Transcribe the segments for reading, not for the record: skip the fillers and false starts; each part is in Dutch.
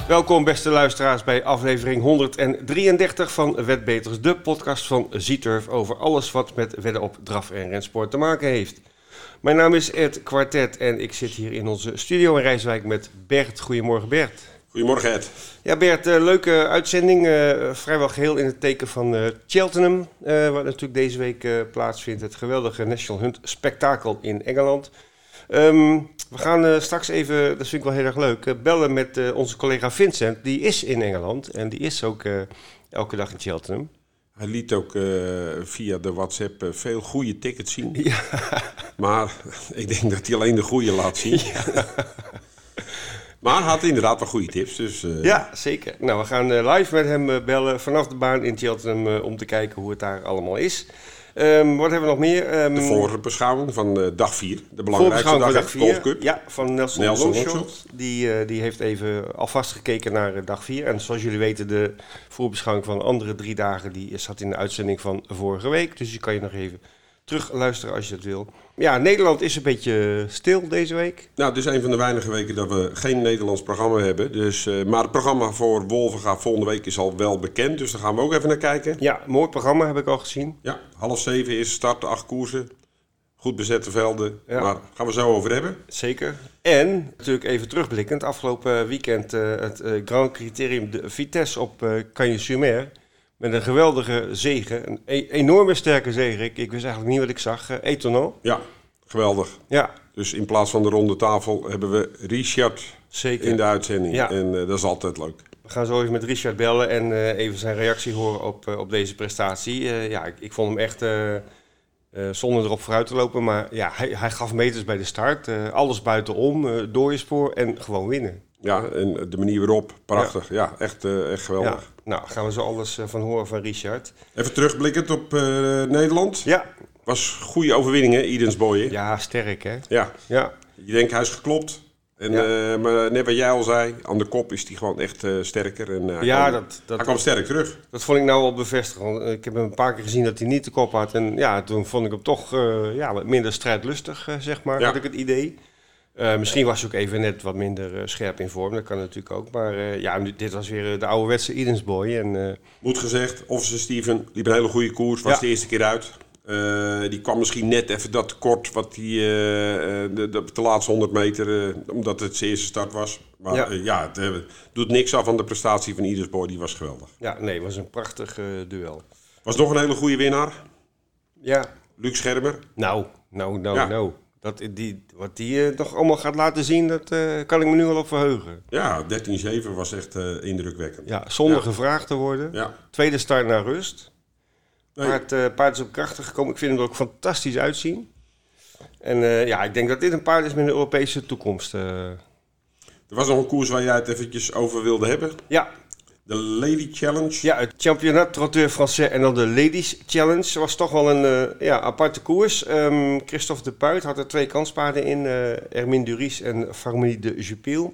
Welkom beste luisteraars bij aflevering 133 van Wetbeters, de podcast van Z-Turf over alles wat met wedden op draf- en rensport te maken heeft. Mijn naam is Ed Quartet en ik zit hier in onze studio in Rijswijk met Bert. Goedemorgen Bert. Goedemorgen Ed. Ja Bert, leuke uitzending, vrijwel geheel in het teken van Cheltenham, wat natuurlijk deze week plaatsvindt. Het geweldige National Hunt Spektakel in Engeland. We gaan straks even, dat vind ik wel heel erg leuk, bellen met onze collega Vincent. Die is in Engeland en die is ook elke dag in Cheltenham. Hij liet ook via de WhatsApp veel goede tickets zien. Ja. Maar ik denk dat hij alleen de goede laat zien. Ja. Maar hij had inderdaad wel goede tips. Dus, Ja, zeker. Nou, we gaan live met hem bellen vanaf de baan in Cheltenham om te kijken hoe het daar allemaal is. Wat hebben we nog meer? De voorbeschouwing van dag 4. De belangrijkste dag van de Golf Cup. Ja, van Nelson Longshot. Die heeft even alvast gekeken naar dag 4. En zoals jullie weten, de voorbeschouwing van de andere 3 dagen... die zat in de uitzending van vorige week. Dus die kan je nog even terug luisteren als je dat wil. Ja, Nederland is een beetje stil deze week. Nou, het is een van de weinige weken dat we geen Nederlands programma hebben. Dus, maar het programma voor Wolvenga volgende week is al wel bekend. Dus daar gaan we ook even naar kijken. Ja, mooi programma heb ik al gezien. Ja, 6:30 is start, 8 koersen. Goed bezette velden. Ja. Maar gaan we zo over hebben. Zeker. En natuurlijk even terugblikkend. Afgelopen weekend het Grand Criterium de Vitesse op Cagnes-sur-Mer. Met een geweldige zege. Een enorme sterke zege. Ik wist eigenlijk niet wat ik zag. Étonnant. Ja, geweldig. Ja. Dus in plaats van de ronde tafel hebben we Richard Zeker in de uitzending. Ja. En dat is altijd leuk. We gaan zo even met Richard bellen en even zijn reactie horen op deze prestatie. Ik vond hem echt, zonder erop vooruit te lopen, maar ja, hij gaf meters bij de start. Alles buitenom, door je spoor en gewoon winnen. Ja, en de manier waarop, prachtig. Ja, echt geweldig. Ja. Nou, gaan we zo alles van horen van Richard. Even terugblikkend op Nederland. Ja. Was goede overwinning, hè, Edens Boye. Ja, sterk hè. Ja. Ja. Je denkt, hij is geklopt. En, maar net wat jij al zei, aan de kop is hij gewoon echt sterker. En, hij kwam sterk terug. Dat vond ik nou wel bevestigd. Want ik heb hem een paar keer gezien dat hij niet de kop had. En ja, toen vond ik hem toch wat minder strijdlustig, zeg maar, had ik het idee. Misschien was hij ook even net wat minder scherp in vorm. Dat kan natuurlijk ook. Maar dit was weer de ouderwetse Edens Boy. Moet gezegd, Officer Steven liep een hele goede koers. Was de eerste keer uit. Die kwam misschien net even dat tekort wat hij de laatste 100 meter, omdat het zijn eerste start was. Maar het doet niks af van de prestatie van Edens Boy. Die was geweldig. Ja, nee, het was een prachtig duel. Was nog een hele goede winnaar. Ja. Luc Schermer. Nou. Wat die nog allemaal gaat laten zien, dat kan ik me nu al op verheugen. Ja, 13-7 was echt indrukwekkend. Ja, zonder gevraagd te worden. Ja. Tweede start naar rust. Nee. Paard is op krachtig gekomen. Ik vind hem er ook fantastisch uitzien. En ik denk dat dit een paard is met een Europese toekomst. Er was nog een koers waar jij het eventjes over wilde hebben. Ja. De Lady Challenge. Ja, het Championnat Trotteur Français en dan de Ladies Challenge was toch wel een aparte koers. Christophe de Puit had er 2 kanspaarden in. Hermine Duris en Farmanie de Jupil.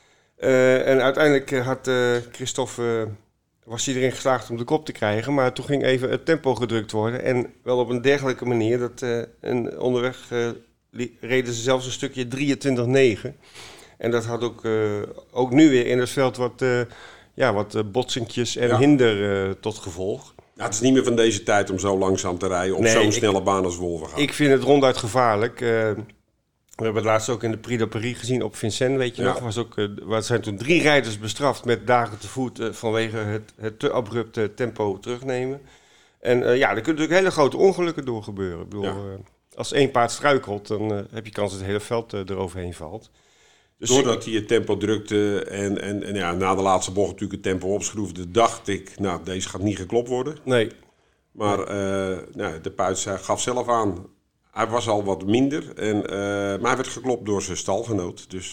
En uiteindelijk had Christophe... was hij erin geslaagd om de kop te krijgen. Maar toen ging even het tempo gedrukt worden. En wel op een dergelijke manier. En onderweg reden ze zelfs een stukje 23-9. En dat had ook nu weer in het veld wat botsingjes en hinder tot gevolg. Ja, het is niet meer van deze tijd om zo langzaam te rijden op zo'n snelle baan als Wolvenga. Ik vind het ronduit gevaarlijk. We hebben het laatst ook in de Prix de Paris gezien op Vincennes, weet je nog. Er zijn toen 3 rijders bestraft met dagen te voet vanwege het te abrupte tempo terugnemen. En er kunnen natuurlijk hele grote ongelukken door gebeuren. Ik bedoel, als 1 paard struikelt, dan heb je kans dat het hele veld eroverheen valt. Dus doordat hij het tempo drukte en na de laatste bocht natuurlijk het tempo opschroefde, dacht ik, deze gaat niet geklopt worden. Nee. Maar de Puit gaf zelf aan, hij was al wat minder, maar hij werd geklopt door zijn stalgenoot. Dus,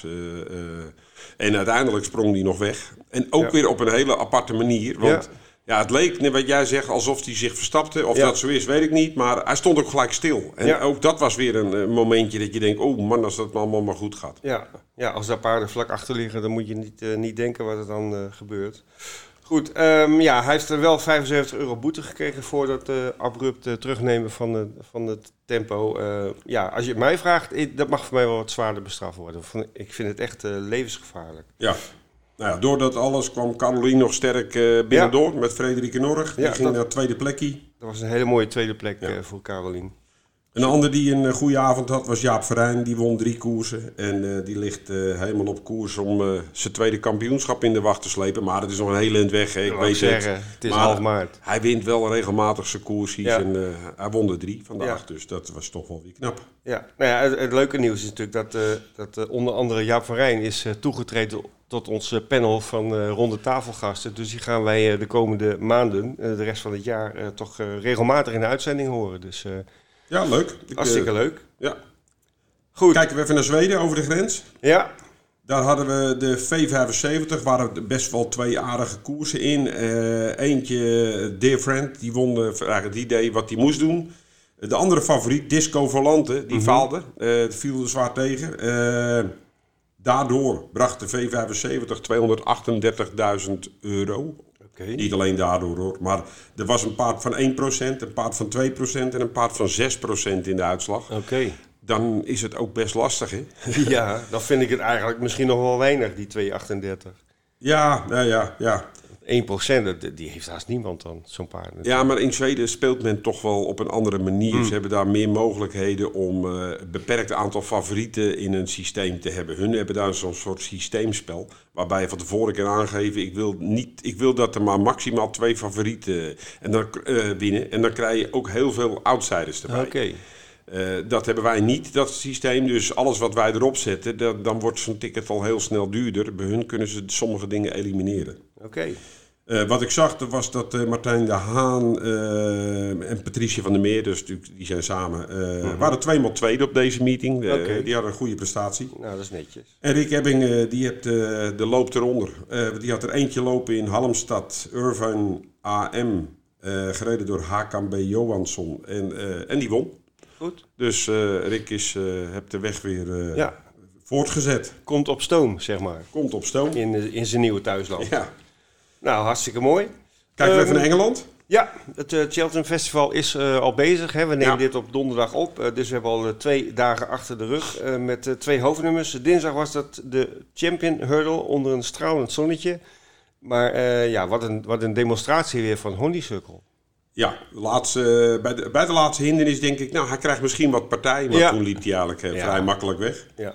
en uiteindelijk sprong hij nog weg. En ook weer op een hele aparte manier, want... Ja, het leek, net wat jij zegt, alsof hij zich verstapte. Of dat zo is, weet ik niet. Maar hij stond ook gelijk stil. En ook dat was weer een momentje dat je denkt... oh man, als dat allemaal maar goed gaat. Ja, als daar paarden vlak achter liggen... dan moet je niet denken wat er dan gebeurt. Goed, hij heeft er wel €75 boete gekregen... voor dat abrupt terugnemen van het tempo. Als je het mij vraagt, dat mag voor mij wel wat zwaarder bestraft worden. Ik vind het echt levensgevaarlijk. Ja. Nou ja, door dat alles kwam Caroline nog sterk binnendoor met Frederike Norg. Die ging naar het tweede plekje. Dat was een hele mooie tweede plek voor Caroline. Een ander die een goede avond had was Jaap Verijn. Die won 3 koersen. En die ligt helemaal op koers om zijn tweede kampioenschap in de wacht te slepen. Maar het is nog een hele eind weg. Hè. Ik weet het is half maart. Hij wint wel regelmatig zijn koersjes. Ja. En hij won er 3 vandaag. Ja. Dus dat was toch wel weer knap. Ja, nou ja, het leuke nieuws is natuurlijk dat onder andere Jaap Verijn is toegetreden tot ons panel van ronde tafelgasten. Dus die gaan wij de komende maanden, de rest van het jaar, toch regelmatig in de uitzending horen. Dus... ja, leuk. Hartstikke leuk. Ja. Goed. Kijken we even naar Zweden over de grens. Ja. Daar hadden we de V75, waren best wel 2 aardige koersen in. Eentje, Dear Friend, die won eigenlijk het idee wat hij moest doen. De andere favoriet, Disco Volante, die faalde. Het viel er zwaar tegen. Daardoor bracht de V75 €238.000. Okay. Niet alleen daardoor hoor, maar er was een paard van 1%, een paard van 2% en een paard van 6% in de uitslag. Oké. Dan is het ook best lastig, hè? Ja, dan vind ik het eigenlijk misschien nog wel weinig, die 238. Ja. 1%, die heeft haast niemand dan, zo'n paard. Ja, maar in Zweden speelt men toch wel op een andere manier. Ze hebben daar meer mogelijkheden om een beperkt aantal favorieten in een systeem te hebben. Hun hebben daar zo'n soort systeemspel, waarbij je van tevoren kan aangeven, ik wil dat er maar maximaal 2 favorieten en dan, winnen. En dan krijg je ook heel veel outsiders erbij. Oké. Dat hebben wij niet, dat systeem. Dus alles wat wij erop zetten, dan wordt zo'n ticket al heel snel duurder. Bij hun kunnen ze sommige dingen elimineren. Oké. Wat ik zag, was dat Martijn de Haan en Patricia van der Meer, dus die zijn samen, waren 2x tweede op deze meeting. Die hadden een goede prestatie. Nou, dat is netjes. En Rick Ebbing, die heeft de loop eronder. Die had er eentje lopen in Halmstad, Irvine AM, gereden door HKB Johansson. En die won. Goed. Dus Rick heeft de weg weer voortgezet. Komt op stoom, zeg maar. Komt op stoom. In zijn nieuwe thuisland. Ja. Nou, hartstikke mooi. Kijken we even naar Engeland. Ja, het Cheltenham Festival is al bezig. Hè. We nemen dit op donderdag op. Dus we hebben al 2 dagen achter de rug met 2 hoofdnummers. Dinsdag was dat de Champion Hurdle onder een stralend zonnetje. Maar wat een demonstratie weer van Honeysuckle. Ja, bij de laatste hindernis denk ik, hij krijgt misschien wat partij. Maar toen liep hij eigenlijk vrij makkelijk weg. Ja.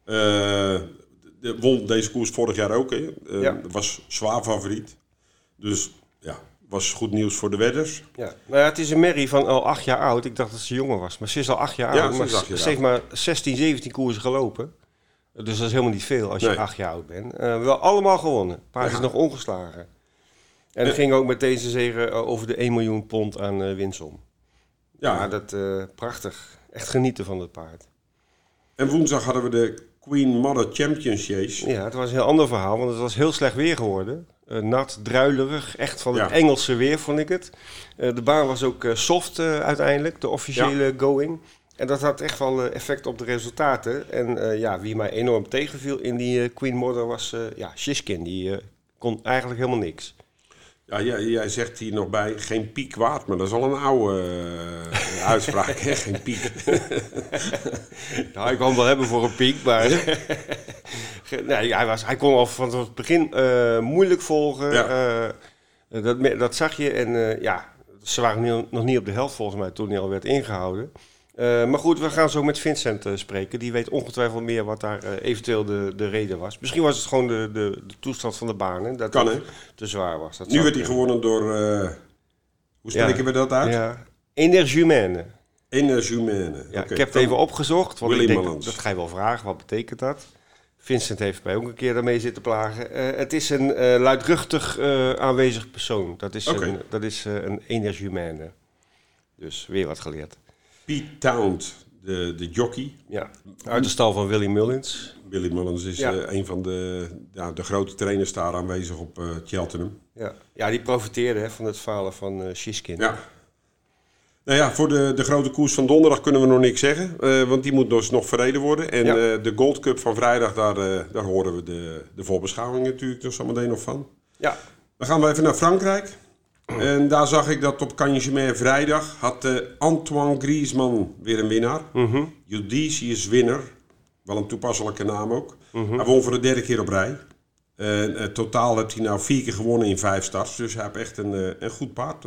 Won deze koers vorig jaar ook. Was zwaar favoriet. Dus was goed nieuws voor de wedders. Ja. Nou het is een merrie van al 8 jaar oud. Ik dacht dat ze jonger was. Maar ze is al 8 jaar oud. Maar ze heeft maar 16, 17 koersen gelopen. Dus dat is helemaal niet veel als je 8 jaar oud bent. Wel allemaal gewonnen. Paard is nog ongeslagen. En dat ging ook met deze zege over de 1 miljoen pond aan winsom. Ja, dat prachtig. Echt genieten van het paard. En woensdag hadden we de Queen Mother Championship. Ja, het was een heel ander verhaal, want het was heel slecht weer geworden. Nat, druilerig, echt van het Engelse weer vond ik het. De baan was ook soft uiteindelijk, de officiële going. En dat had echt wel effect op de resultaten. En wie mij enorm tegenviel in die Queen Mother was Shishkin. Die kon eigenlijk helemaal niks. Ja, jij zegt hier nog bij, geen piek waard, maar dat is al een oude uitspraak, hè? Geen piek. Nou, ik kon hem wel hebben voor een piek, maar nee, hij kon al van het begin moeilijk volgen. Ja. Dat zag je en ze waren nog niet op de helft volgens mij toen hij al werd ingehouden. Maar goed, we gaan zo met Vincent spreken. Die weet ongetwijfeld meer wat daar eventueel de reden was. Misschien was het gewoon de toestand van de baan. Hè, dat het te zwaar was. Dat nu werd hij gewonnen door... hoe spreken we dat uit? Ja. Energumene. Energumene. Ja, ik heb het even opgezocht. Want ik denk, dat ga je wel vragen. Wat betekent dat? Vincent heeft mij ook een keer daarmee zitten plagen. Het is een luidruchtig aanwezig persoon. Dat is een energumene. Dus weer wat geleerd. Pete Towns, de jockey. Ja, uit de stal van Willy Mullins. Willy Mullins is een van de grote trainers daar aanwezig op Cheltenham. Ja, die profiteerde van het falen van Shishkin. Ja. Nou ja, voor de grote koers van donderdag kunnen we nog niks zeggen. Want die moet dus nog verreden worden. En de Gold Cup van vrijdag, daar horen we de voorbeschouwing natuurlijk dus zometeen nog van. Ja. Dan gaan we even naar Frankrijk. En daar zag ik dat op Cagnes vrijdag had Antoine Griezmann weer een winnaar. Judicious winner. Wel een toepasselijke naam ook. Hij won voor de 3e keer op rij. Totaal heeft hij nou 4 keer gewonnen in 5 starts. Dus hij heeft echt een goed paard.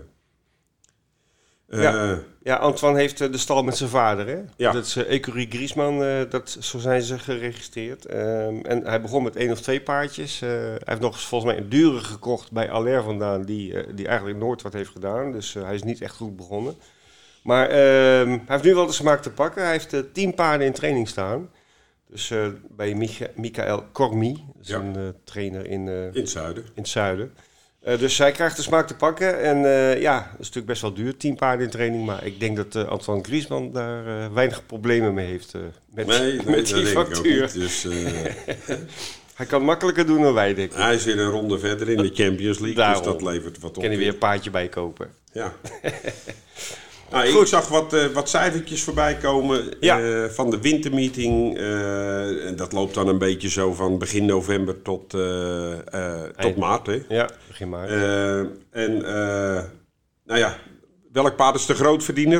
Ja, Antoine heeft de stal met zijn vader, hè? Ja. Dat is Écurie Griezmann, zo zijn ze geregistreerd. En hij begon met 1 of 2 paardjes. Hij heeft nog eens volgens mij een dure gekocht bij Allaire vandaan, die eigenlijk nooit wat heeft gedaan. Dus hij is niet echt goed begonnen. Maar hij heeft nu wel de smaak te pakken. Hij heeft 10 paarden in training staan. Dus bij Michael Cormy, dat is een trainer in het zuiden. In het zuiden. Dus hij krijgt de smaak te pakken. En dat is natuurlijk best wel duur, 10 paarden in training. Maar ik denk dat Antoine Griezmann daar weinig problemen mee heeft met die factuur. Ook niet. Dus, hij kan makkelijker doen dan wij, denk ik. Hij is weer een ronde verder in de Champions League. Daarom. Dus dat levert wat op. Kan hij weer een paardje bij kopen. Ja. Nou, ik zag wat cijfertjes voorbij komen van de wintermeeting. En dat loopt dan een beetje zo van begin november tot maart. Hè? Ja, begin maart. Welk paard is de grootverdiener?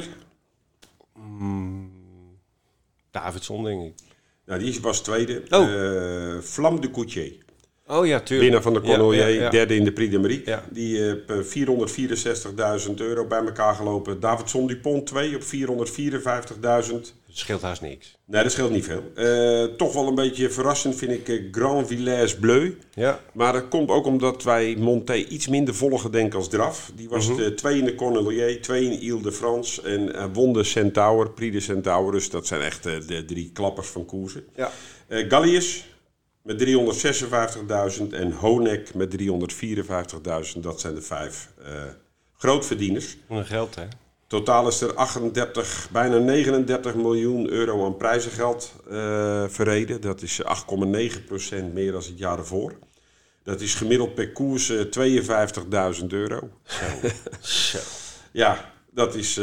Davidson, denk ik. Nou, die was tweede. Flamme de Coutier. Oh ja, tuurlijk. Winnaar van de Cornelier, derde in de Prix d'Amérique. Ja. Die heeft €464.000 bij elkaar gelopen. Davidson Dupont 2 op €454.000. Het scheelt haast niks. Nee, dat scheelt niet veel. Toch wel een beetje verrassend vind ik Grand Villers Bleu. Ja. Maar dat komt ook omdat wij Monté iets minder volgen denk als Draf. Die was 2 in de Cornelier, 2 in Ile-de-France. En won de Centaur, Prix de Centaur. Dus dat zijn echt de 3 klappers van koersen. Ja. Gallius met 356.000 en Honeck met 354.000. Dat zijn de 5 grootverdieners. Wat een geld, hè? Totaal is er bijna 39 miljoen euro aan prijzengeld verreden. Dat is 8,9% meer dan het jaar ervoor. Dat is gemiddeld per koers €52.000. Zo. Ja, dat is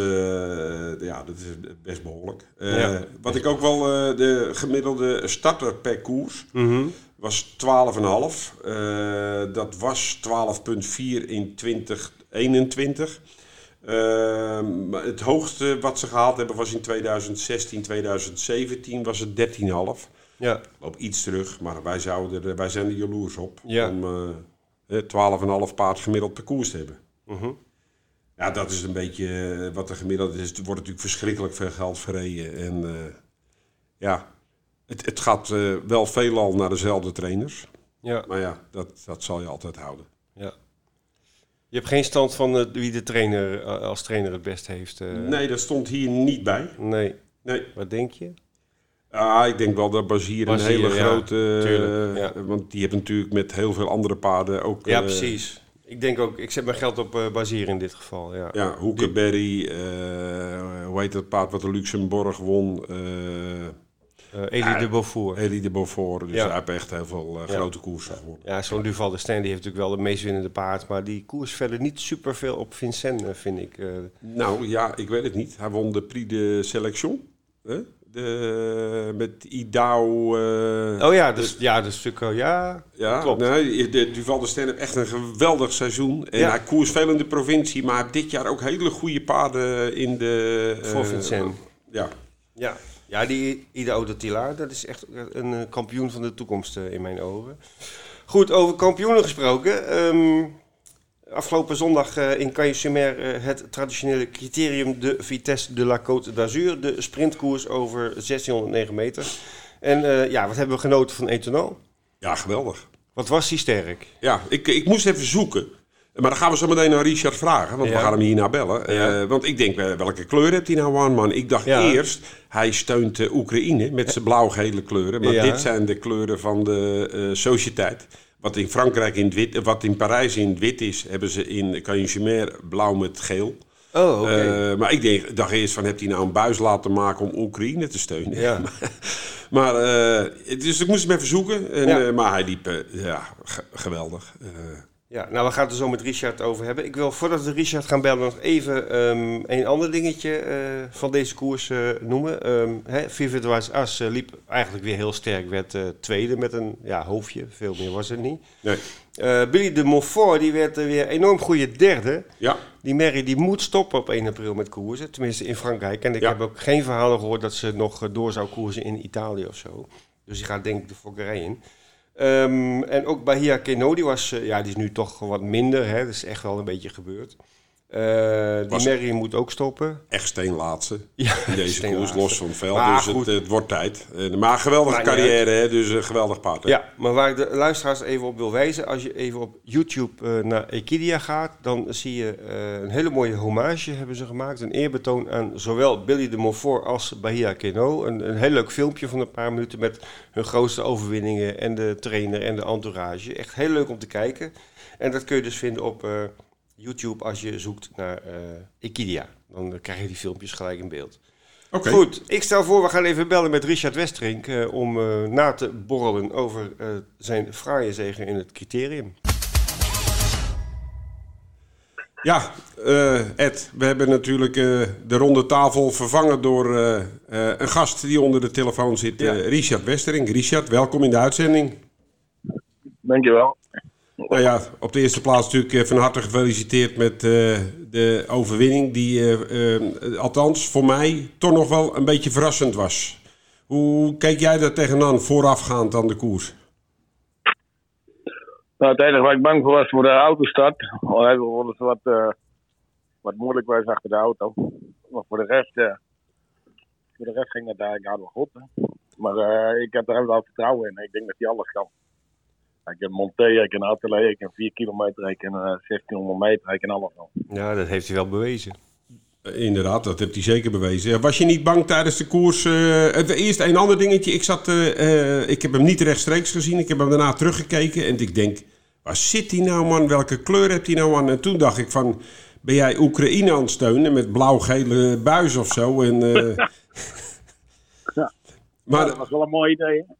best behoorlijk. Wat ik ook wel, de gemiddelde starter per koers was 12,5. Dat was 12,4 in 2021. Het hoogste wat ze gehaald hebben was in 2016, 2017 was het 13,5. Ja. Loop iets terug, maar wij zijn er jaloers op om 12,5 paard gemiddeld per koers te hebben. Ja, dat is een beetje wat er gemiddeld is. Er wordt natuurlijk verschrikkelijk veel geld verreden. En het gaat wel veelal naar dezelfde trainers. Ja. Maar ja, dat zal je altijd houden. Ja. Je hebt geen stand van wie de trainer als trainer het best heeft? Nee, dat stond hier niet bij. Nee. Wat denk je? Ik denk wel dat Bazier een hele grote... tuurlijk, want die heeft natuurlijk met heel veel andere paarden ook... Ja, precies. Ik denk ook, ik zet mijn geld op Bazier in dit geval. Ja, Hoekenberry, hoe heet dat paard wat de Luxemburg won? Elie de Beaufort. Elie de Beaufort, dus hij heeft echt heel veel grote koersen gewonnen. Ja, zo'n Duval de Stijn, die heeft natuurlijk wel de meest winnende paard, maar die koers verder niet superveel op Vincennes, vind ik. Nou ja, ik weet het niet. Hij won de Prix de Sélection, met Idao. Dat is natuurlijk klopt. Nee, de Duval de Stijn heeft echt een geweldig seizoen. En hij koers veel in de provincie, maar hij heeft dit jaar ook hele goede paarden in de... voor Vincennes. Ja. Ja, die Idao de Tilar, dat is echt een kampioen van de toekomst in mijn ogen. Goed, over kampioenen gesproken. Afgelopen zondag in Cagnes-sur-Mer het traditionele criterium de Vitesse de la Côte d'Azur. De sprintkoers over 1609 meter. En wat hebben we genoten van Etonal? Ja, geweldig. Wat was hij sterk? Ja, ik moest even zoeken. Maar dan gaan we zo meteen aan Richard vragen, want we gaan hem hierna bellen. Want ik denk, welke kleur heeft hij nou aan, man? Ik dacht eerst, hij steunt Oekraïne met zijn blauw-gele kleuren. Maar dit zijn de kleuren van de Sociëteit. Wat in Frankrijk in het wit, wat in Parijs in het wit is, hebben ze in Cagnes-sur-Mer blauw met geel. Oh, okay. Maar ik dacht eerst van, heeft hij nou een buis laten maken om Oekraïne te steunen? Ja. Maar, dus ik moest hem even zoeken. Maar hij liep geweldig. Ja, nou, we gaan het er zo met Richard over hebben. Ik wil, voordat we Richard gaan bellen, nog even een ander dingetje van deze koers noemen. Vividois As liep eigenlijk weer heel sterk, werd tweede met een hoofdje. Veel meer was het niet. Nee. Billy de Montfort, die werd weer enorm goede derde. Ja. Die Merrie die moet stoppen op 1 april met koersen, tenminste in Frankrijk. En ik heb ook geen verhalen gehoord dat ze nog door zou koersen in Italië of zo. Dus die gaat denk ik de fokkerij in. En ook Bahia Keno, die is nu toch wat minder. Hè? Dat is echt wel een beetje gebeurd. Die Merrie moet ook stoppen. Echt steenlaatste Ja, in deze koers, los van het veld. Maar Dus het wordt tijd. Maar een geweldige carrière, hè? Dus een geweldig paard. Hè? Ja, maar waar ik de luisteraars even op wil wijzen... als je even op YouTube naar Equidia gaat... dan zie je een hele mooie hommage hebben ze gemaakt. Een eerbetoon aan zowel Billy de Montfort als Bahia Keno. Een heel leuk filmpje van een paar minuten... met hun grootste overwinningen en de trainer en de entourage. Echt heel leuk om te kijken. En dat kun je dus vinden op... YouTube als je zoekt naar Equidia. Dan krijg je die filmpjes gelijk in beeld. Okay. Goed, ik stel voor we gaan even bellen met Richard Westerink... om na te borrelen over zijn fraaie zege in het criterium. Ja, Ed, we hebben natuurlijk de ronde tafel vervangen door een gast die onder de telefoon zit. Richard Westerink. Richard, welkom in de uitzending. Dankjewel. Nou ja, op de eerste plaats natuurlijk van harte gefeliciteerd met de overwinning die, althans voor mij, toch nog wel een beetje verrassend was. Hoe keek jij daar tegenaan voorafgaand aan de koers? Nou, het enige waar ik bang voor was voor de autostart. Eigenlijk was het wat moeilijk was achter de auto. Maar voor de rest ging het eigenlijk aardig goed. Hè. Maar ik heb er heel veel vertrouwen in. Ik denk dat hij alles kan. Ik kan monteren, ik kan atelier, ik kan 4 kilometer, ik kan 1600 meter, ik kan alles al. Ja, dat heeft hij wel bewezen. Inderdaad, dat heeft hij zeker bewezen. Was je niet bang tijdens de koers? Eerst een ander dingetje. Ik heb hem niet rechtstreeks gezien. Ik heb hem daarna teruggekeken. En ik denk, waar zit hij nou, man? Welke kleur heeft hij nou aan? En toen dacht ik van, ben jij Oekraïne aan het steunen met blauw-gele buis of zo? En, ja. Maar dat was wel een mooi idee, hè?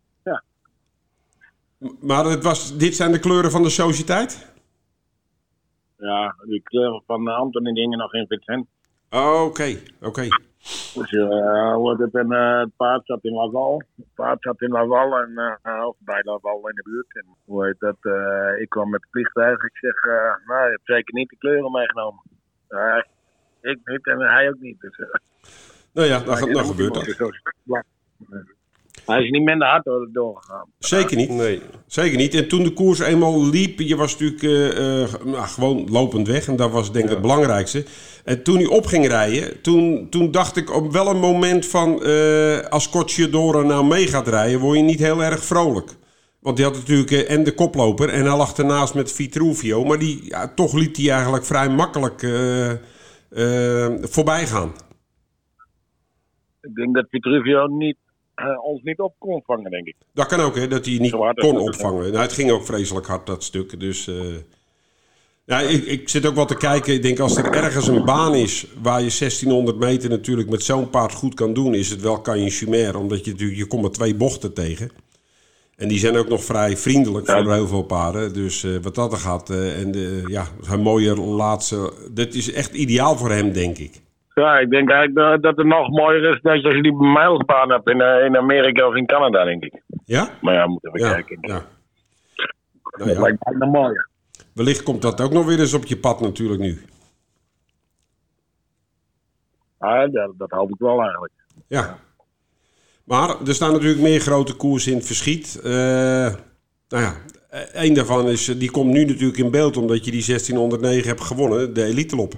Maar dit zijn de kleuren van de sociëteit? Ja, die kleuren van Anton en dingen nog in Vincent. Oh, oké. Dus het paard zat in Laval. En of bij Laval in de buurt. En hoe heet dat? Ik kwam met het vliegtuig. Ik zeg, nou, je hebt zeker niet de kleuren meegenomen. Ik niet en hij ook niet. Dus, nou ja, dan gebeurt dat. Hij is niet minder hard doorgegaan. Zeker niet. Nee. Zeker niet. En toen de koers eenmaal liep, je was natuurlijk gewoon lopend weg. En dat was denk ik het belangrijkste. En toen hij op ging rijden, toen dacht ik op wel een moment van... als Cocciadoro nou mee gaat rijden, word je niet heel erg vrolijk. Want die had natuurlijk en de koploper en hij lag ernaast met Vitruvio. Maar toch liet hij eigenlijk vrij makkelijk voorbij gaan. Ik denk dat Vitruvio ons niet op kon vangen, denk ik. Dat kan ook, hè, dat hij niet kon opvangen. Nou, het ging ook vreselijk hard, dat stuk. Dus ik zit ook wel te kijken. Ik denk, als er ergens een baan is waar je 1600 meter natuurlijk met zo'n paard goed kan doen, is het wel Cagnes-sur-Mer. Omdat je komt met 2 bochten tegen. En die zijn ook nog vrij vriendelijk voor heel veel paarden. Dus wat dat er gaat. Een mooie laatste. Dat is echt ideaal voor hem, denk ik. Ja, ik denk eigenlijk dat het nog mooier is dat je die mijlsbaan hebt in Amerika of in Canada, denk ik. Ja? Maar ja, moeten we kijken. Ja. Dat lijkt me nog mooier. Wellicht komt dat ook nog weer eens op je pad natuurlijk nu. Dat hoop ik wel eigenlijk. Ja. Maar er staan natuurlijk meer grote koersen in het verschiet. Eén daarvan die komt nu natuurlijk in beeld omdat je die 1609 hebt gewonnen, de Elitelop.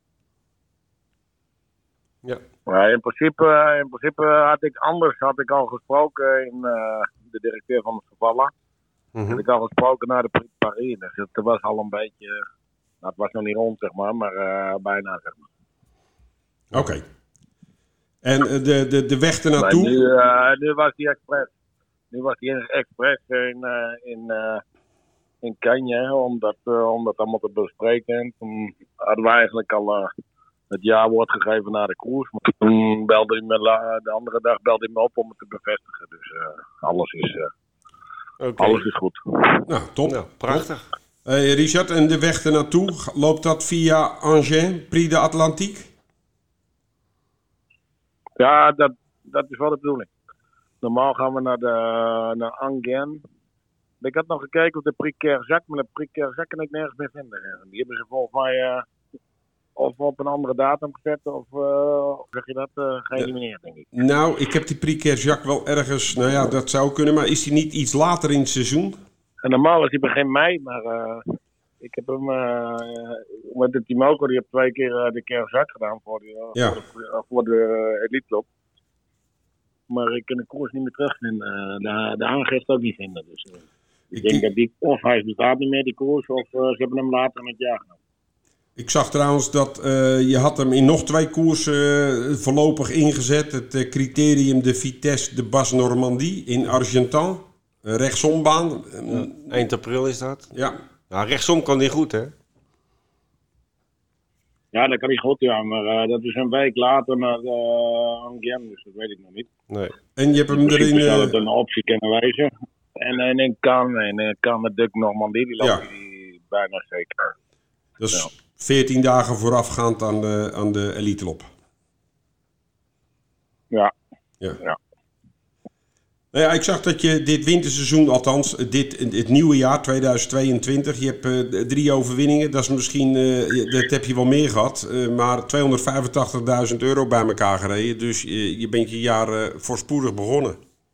Ja. Maar in principe had ik al gesproken in de directeur van het Savalla. Had ik al gesproken naar de Prix Paris. Dus het was al een beetje, het was nog niet rond zeg maar bijna zeg maar. Oké. En de weg ernaartoe? Nu was die expres. Nu was die expres in Kenya om dat allemaal te bespreken. En toen hadden we eigenlijk al het jaarwoord gegeven naar de koers. Maar toen belde hij me de andere dag op om het te bevestigen. Dus alles is goed. Nou, top. Nou, prachtig. Richard, en de weg ernaartoe, loopt dat via Angers, Prix de Atlantique? Ja, dat is wel de bedoeling. Normaal gaan we naar Angers. Ik had nog gekeken op de Prix Kerzac, maar de Prix Kerzac kan ik nergens meer vinden. Die hebben ze volgens mij of op een andere datum gezet, of zeg je dat, geëlimineerd, denk ik. Nou, ik heb die Prix Jacques wel ergens, nou ja, dat zou kunnen, maar is die niet iets later in het seizoen? En normaal is hij begin mei, maar ik heb hem met de Timoko, die heb 2 keer de Kerjak gedaan voor de Elite Club. Maar ik kan de koers niet meer terugvinden. De aangifte ook niet vinden. Dus ik denk dat die, of hij bestaat niet meer, die koers, of ze hebben hem later in het jaar genomen. Ik zag trouwens dat je had hem in nog 2 koersen voorlopig ingezet. Het criterium de Vitesse de Basse Normandie in Argentan. Rechtsombaan. Eind april is dat. Ja. Nou, rechtsom kan die goed, hè? Ja, dat kan niet goed, ja. Maar dat is een week later naar Angiem, dus dat weet ik nog niet. Nee. En je hebt hem erin... zou het een optie kunnen wijzen. En in kan met Duc Normandie, die loopt die bijna zeker. Dat is 14 dagen voorafgaand aan de Elite Lop. Ja. Nou ja, ik zag dat je dit winterseizoen, althans het nieuwe jaar 2022, je hebt 3 overwinningen. Dat is misschien, dat heb je wel meer gehad, maar €285.000 bij elkaar gereden. Dus je bent je jaar voorspoedig begonnen.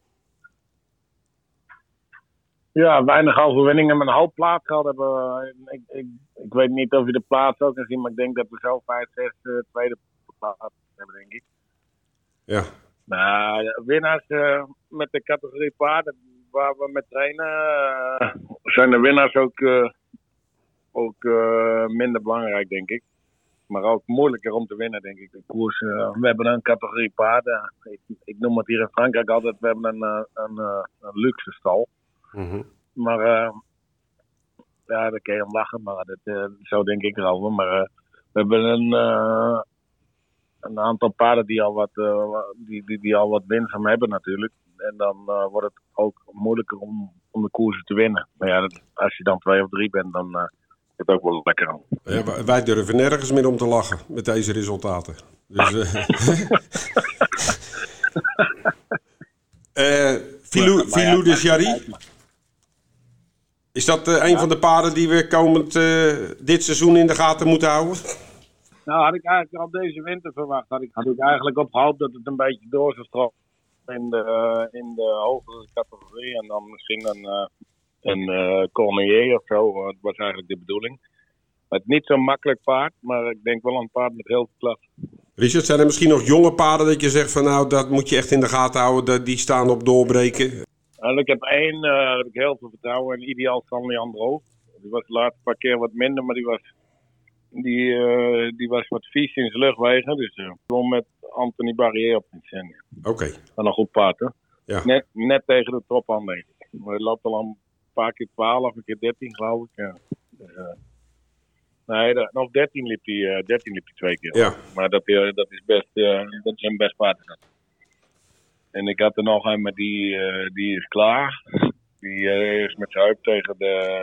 Ja, weinig overwinningen met een hoop plaats gehad hebben. Ik weet niet of je de plaats ook kan zien, maar ik denk dat we zo 5, 6 tweede plaats hebben, denk ik. Ja. Nou, de winnaars met de categorie paarden waar we met trainen, zijn de winnaars ook minder belangrijk, denk ik. Maar ook moeilijker om te winnen, denk ik. De koers, we hebben een categorie paarden. Ik noem het hier in Frankrijk altijd, we hebben een luxe stal. Mm-hmm. Maar ja, daar kun je om lachen, maar zo denk ik erover. Maar we hebben een aantal paarden die al wat winst van hebben natuurlijk. En dan wordt het ook moeilijker om de koersen te winnen. Maar ja, als je dan 2 of 3 bent, dan is het ook wel lekker aan. Ja, wij durven nergens meer om te lachen met deze resultaten. Dus, Filou de Jarry. Is dat een van de paarden die we komend dit seizoen in de gaten moeten houden? Nou, had ik eigenlijk al deze winter verwacht. Had ik eigenlijk op gehoopt dat het een beetje door zou stromen in de hogere categorie. En dan misschien een Cormier of zo. Dat was eigenlijk de bedoeling. Het niet zo'n makkelijk paard, maar ik denk wel een paard met heel veel klasse. Richard, zijn er misschien nog jonge paarden dat je zegt van nou, dat moet je echt in de gaten houden. Die staan op doorbreken? Ik heb één, daar heb ik heel veel vertrouwen in. Ideaal Stanley Andro. Die was de laatste paar keer wat minder, maar die was wat vies in zijn luchtwegen. Dus gewoon met Anthony Barrier op het scène. Oké. Van een goed paard, hè? Ja. Net tegen de top aan, denk ik. Maar hij loopt al een paar keer 12, een keer 13, geloof ik. Ja. Dus, nee, nog 13 liep hij 2 keer. Ja. Maar dat is best, dat is een best paard. En ik had er nog een, maar die is klaar. Die is met zijn heup tegen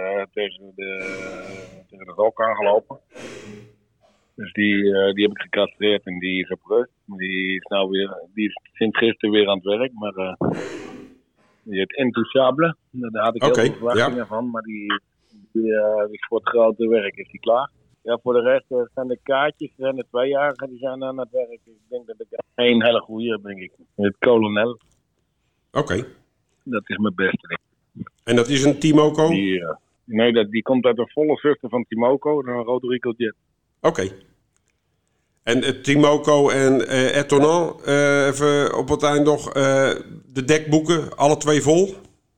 de rok aangelopen. Dus die heb ik gecastreerd en die is op rust. Die is sinds gisteren weer aan het werk, maar die heet Intouchable. Daar had ik heel veel verwachtingen van, maar die is voor het grote werk is die klaar. Ja, voor de rest zijn de kaartjes, zijn de 2-jarigen, die zijn aan het werk. Ik denk dat ik 1 hele goede heb, denk ik. Het Colonel. Oké. Dat is mijn beste. En dat is een Timoko? Die komt uit de volle zuster van Timoko, een Rodrigo Jet. Oké. En Timoko en Etonant, even op het eind nog, de dekboeken, alle 2 vol?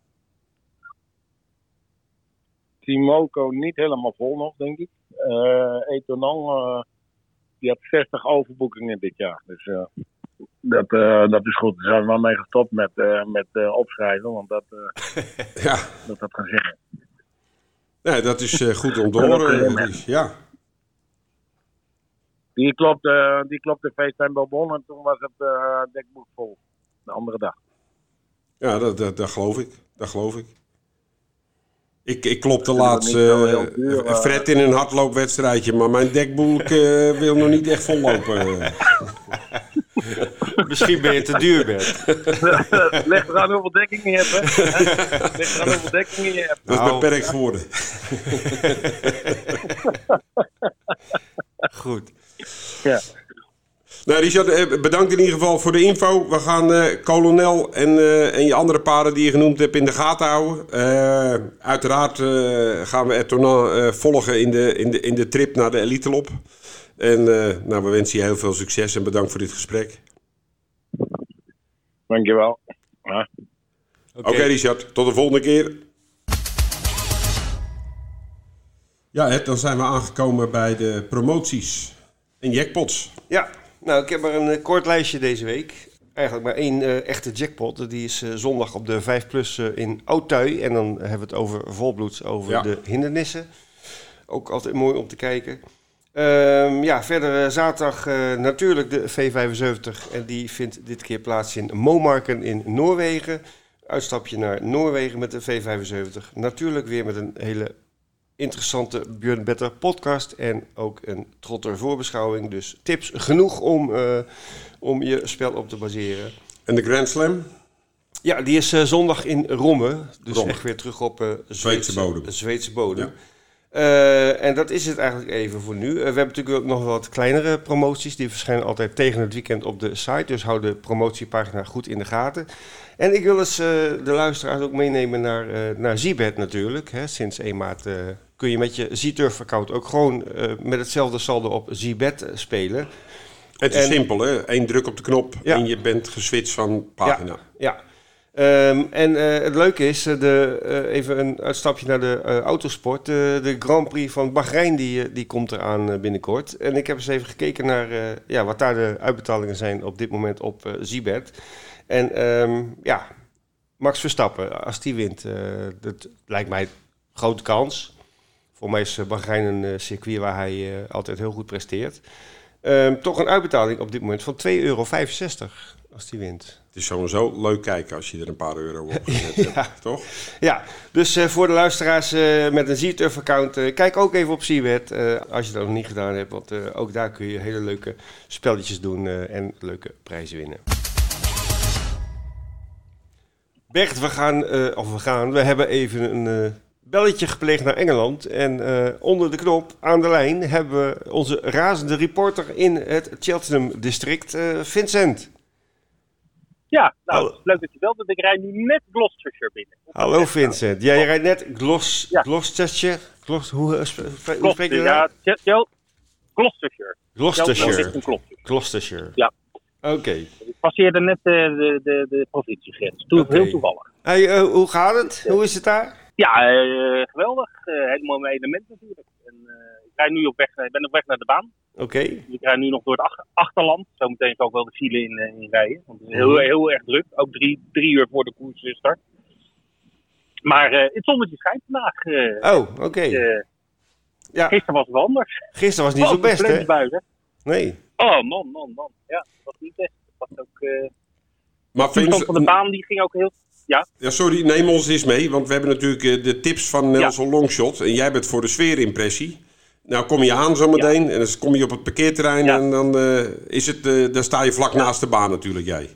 Timoko niet helemaal vol nog, denk ik. Etonant, die had 60 overboekingen dit jaar. Dus dat is goed. Daar zijn we wel mee gestopt met opschrijven, want dat gaan zeggen. Nee, dat is goed om te horen. Ja. Die klopte FaceTime Bourbon en toen was het dekboek vol. De andere dag. Ja, dat geloof ik. Dat geloof ik. Ik klopte laatst Fred in een hardloopwedstrijdje, maar mijn dekboek wil nog niet echt vollopen. Misschien ben je te duur, Bert. Leg eraan hoeveel dekking je hebt, hè? Leg eraan hoeveel dekking je hebt. Dat is beperkt geworden. Goed. Ja. Nou, Richard, bedankt in ieder geval voor de info. We gaan Kolonel en je andere paarden die je genoemd hebt in de gaten houden. Uiteraard gaan we Etournant volgen in de trip naar de Elitelop. En we wensen je heel veel succes en bedankt voor dit gesprek. Dankjewel. Ja. Oké, Richard, tot de volgende keer. Ja, Ed, dan zijn we aangekomen bij de promoties en jackpots. Ja, nou, ik heb maar een kort lijstje deze week. Eigenlijk maar één echte jackpot. Die is zondag op de 5+ in Oudtuy. En dan hebben we het over volbloeds, over de hindernissen. Ook altijd mooi om te kijken. Verder zaterdag natuurlijk de V75. En die vindt dit keer plaats in Momarken in Noorwegen. Uitstapje naar Noorwegen met de V75. Natuurlijk weer met een hele interessante Björn Better podcast. En ook een trotter voorbeschouwing. Dus tips genoeg om je spel op te baseren. En de Grand Slam? Ja, die is zondag in Romme. Dus echt weer terug op Zweedse bodem. Ja. En dat is het eigenlijk even voor nu. We hebben natuurlijk ook nog wat kleinere promoties. Die verschijnen altijd tegen het weekend op de site. Dus hou de promotiepagina goed in de gaten. En ik wil eens de luisteraars ook meenemen naar Zibet natuurlijk. Hè. Sinds 1 maart kun je met je Z-Turf-account ook gewoon met hetzelfde saldo op Zibet spelen. Het is simpel, hè? 1 druk op de knop en je bent geswitcht van pagina. Ja. Het leuke is, even een uitstapje naar de autosport. De Grand Prix van Bahrein die komt eraan binnenkort. En ik heb eens even gekeken naar wat daar de uitbetalingen zijn op dit moment op Zibet. En Max Verstappen, als die wint, dat lijkt mij een grote kans. Voor mij is Bahrein een circuit waar hij altijd heel goed presteert. Toch een uitbetaling op dit moment van €2,65 als die wint. Het is sowieso leuk kijken als je er een paar euro op gezet hebt, toch? Ja, dus voor de luisteraars met een Z-Turf-account, kijk ook even op Zibet als je dat nog niet gedaan hebt. Want ook daar kun je hele leuke spelletjes doen en leuke prijzen winnen. Bert, we hebben even een belletje gepleegd naar Engeland. En onder de knop aan de lijn hebben we onze razende reporter in het Cheltenham district, Vincent. Ja, nou, leuk dat je belt. Ik rijd nu net Gloucestershire binnen. Hallo Vincent. Ja, je rijdt net Gloucestershire. Hoe spreek je dat? Ja, Gloucestershire. Gloucestershire. Ja. Oké. Ik passeerde net de provinciegrens. Heel toevallig. Hey, hoe gaat het? Hoe is het daar? Ja, geweldig. Helemaal mijn element natuurlijk. En, ik ben op weg naar de baan. Oké. Ik rijd nu nog door het achterland. Zometeen zal ik wel de file in rijden. Want het is heel erg druk. Ook 3 uur voor de koers start. Maar het zonnetje schijnt vandaag. Oké. Ja. Gisteren was het wel anders. Gisteren was niet zo best, hè? Buien. Nee. Oh, man. Ja, dat was niet best. Dat was ook... Maar de toestand van de baan die ging ook heel... Ja, sorry, neem ons eens mee. Want we hebben natuurlijk de tips van Nelson Longshot. En jij bent voor de sfeerimpressie. Nou kom je aan zometeen en dan kom je op het parkeerterrein en dan sta je vlak naast de baan natuurlijk jij.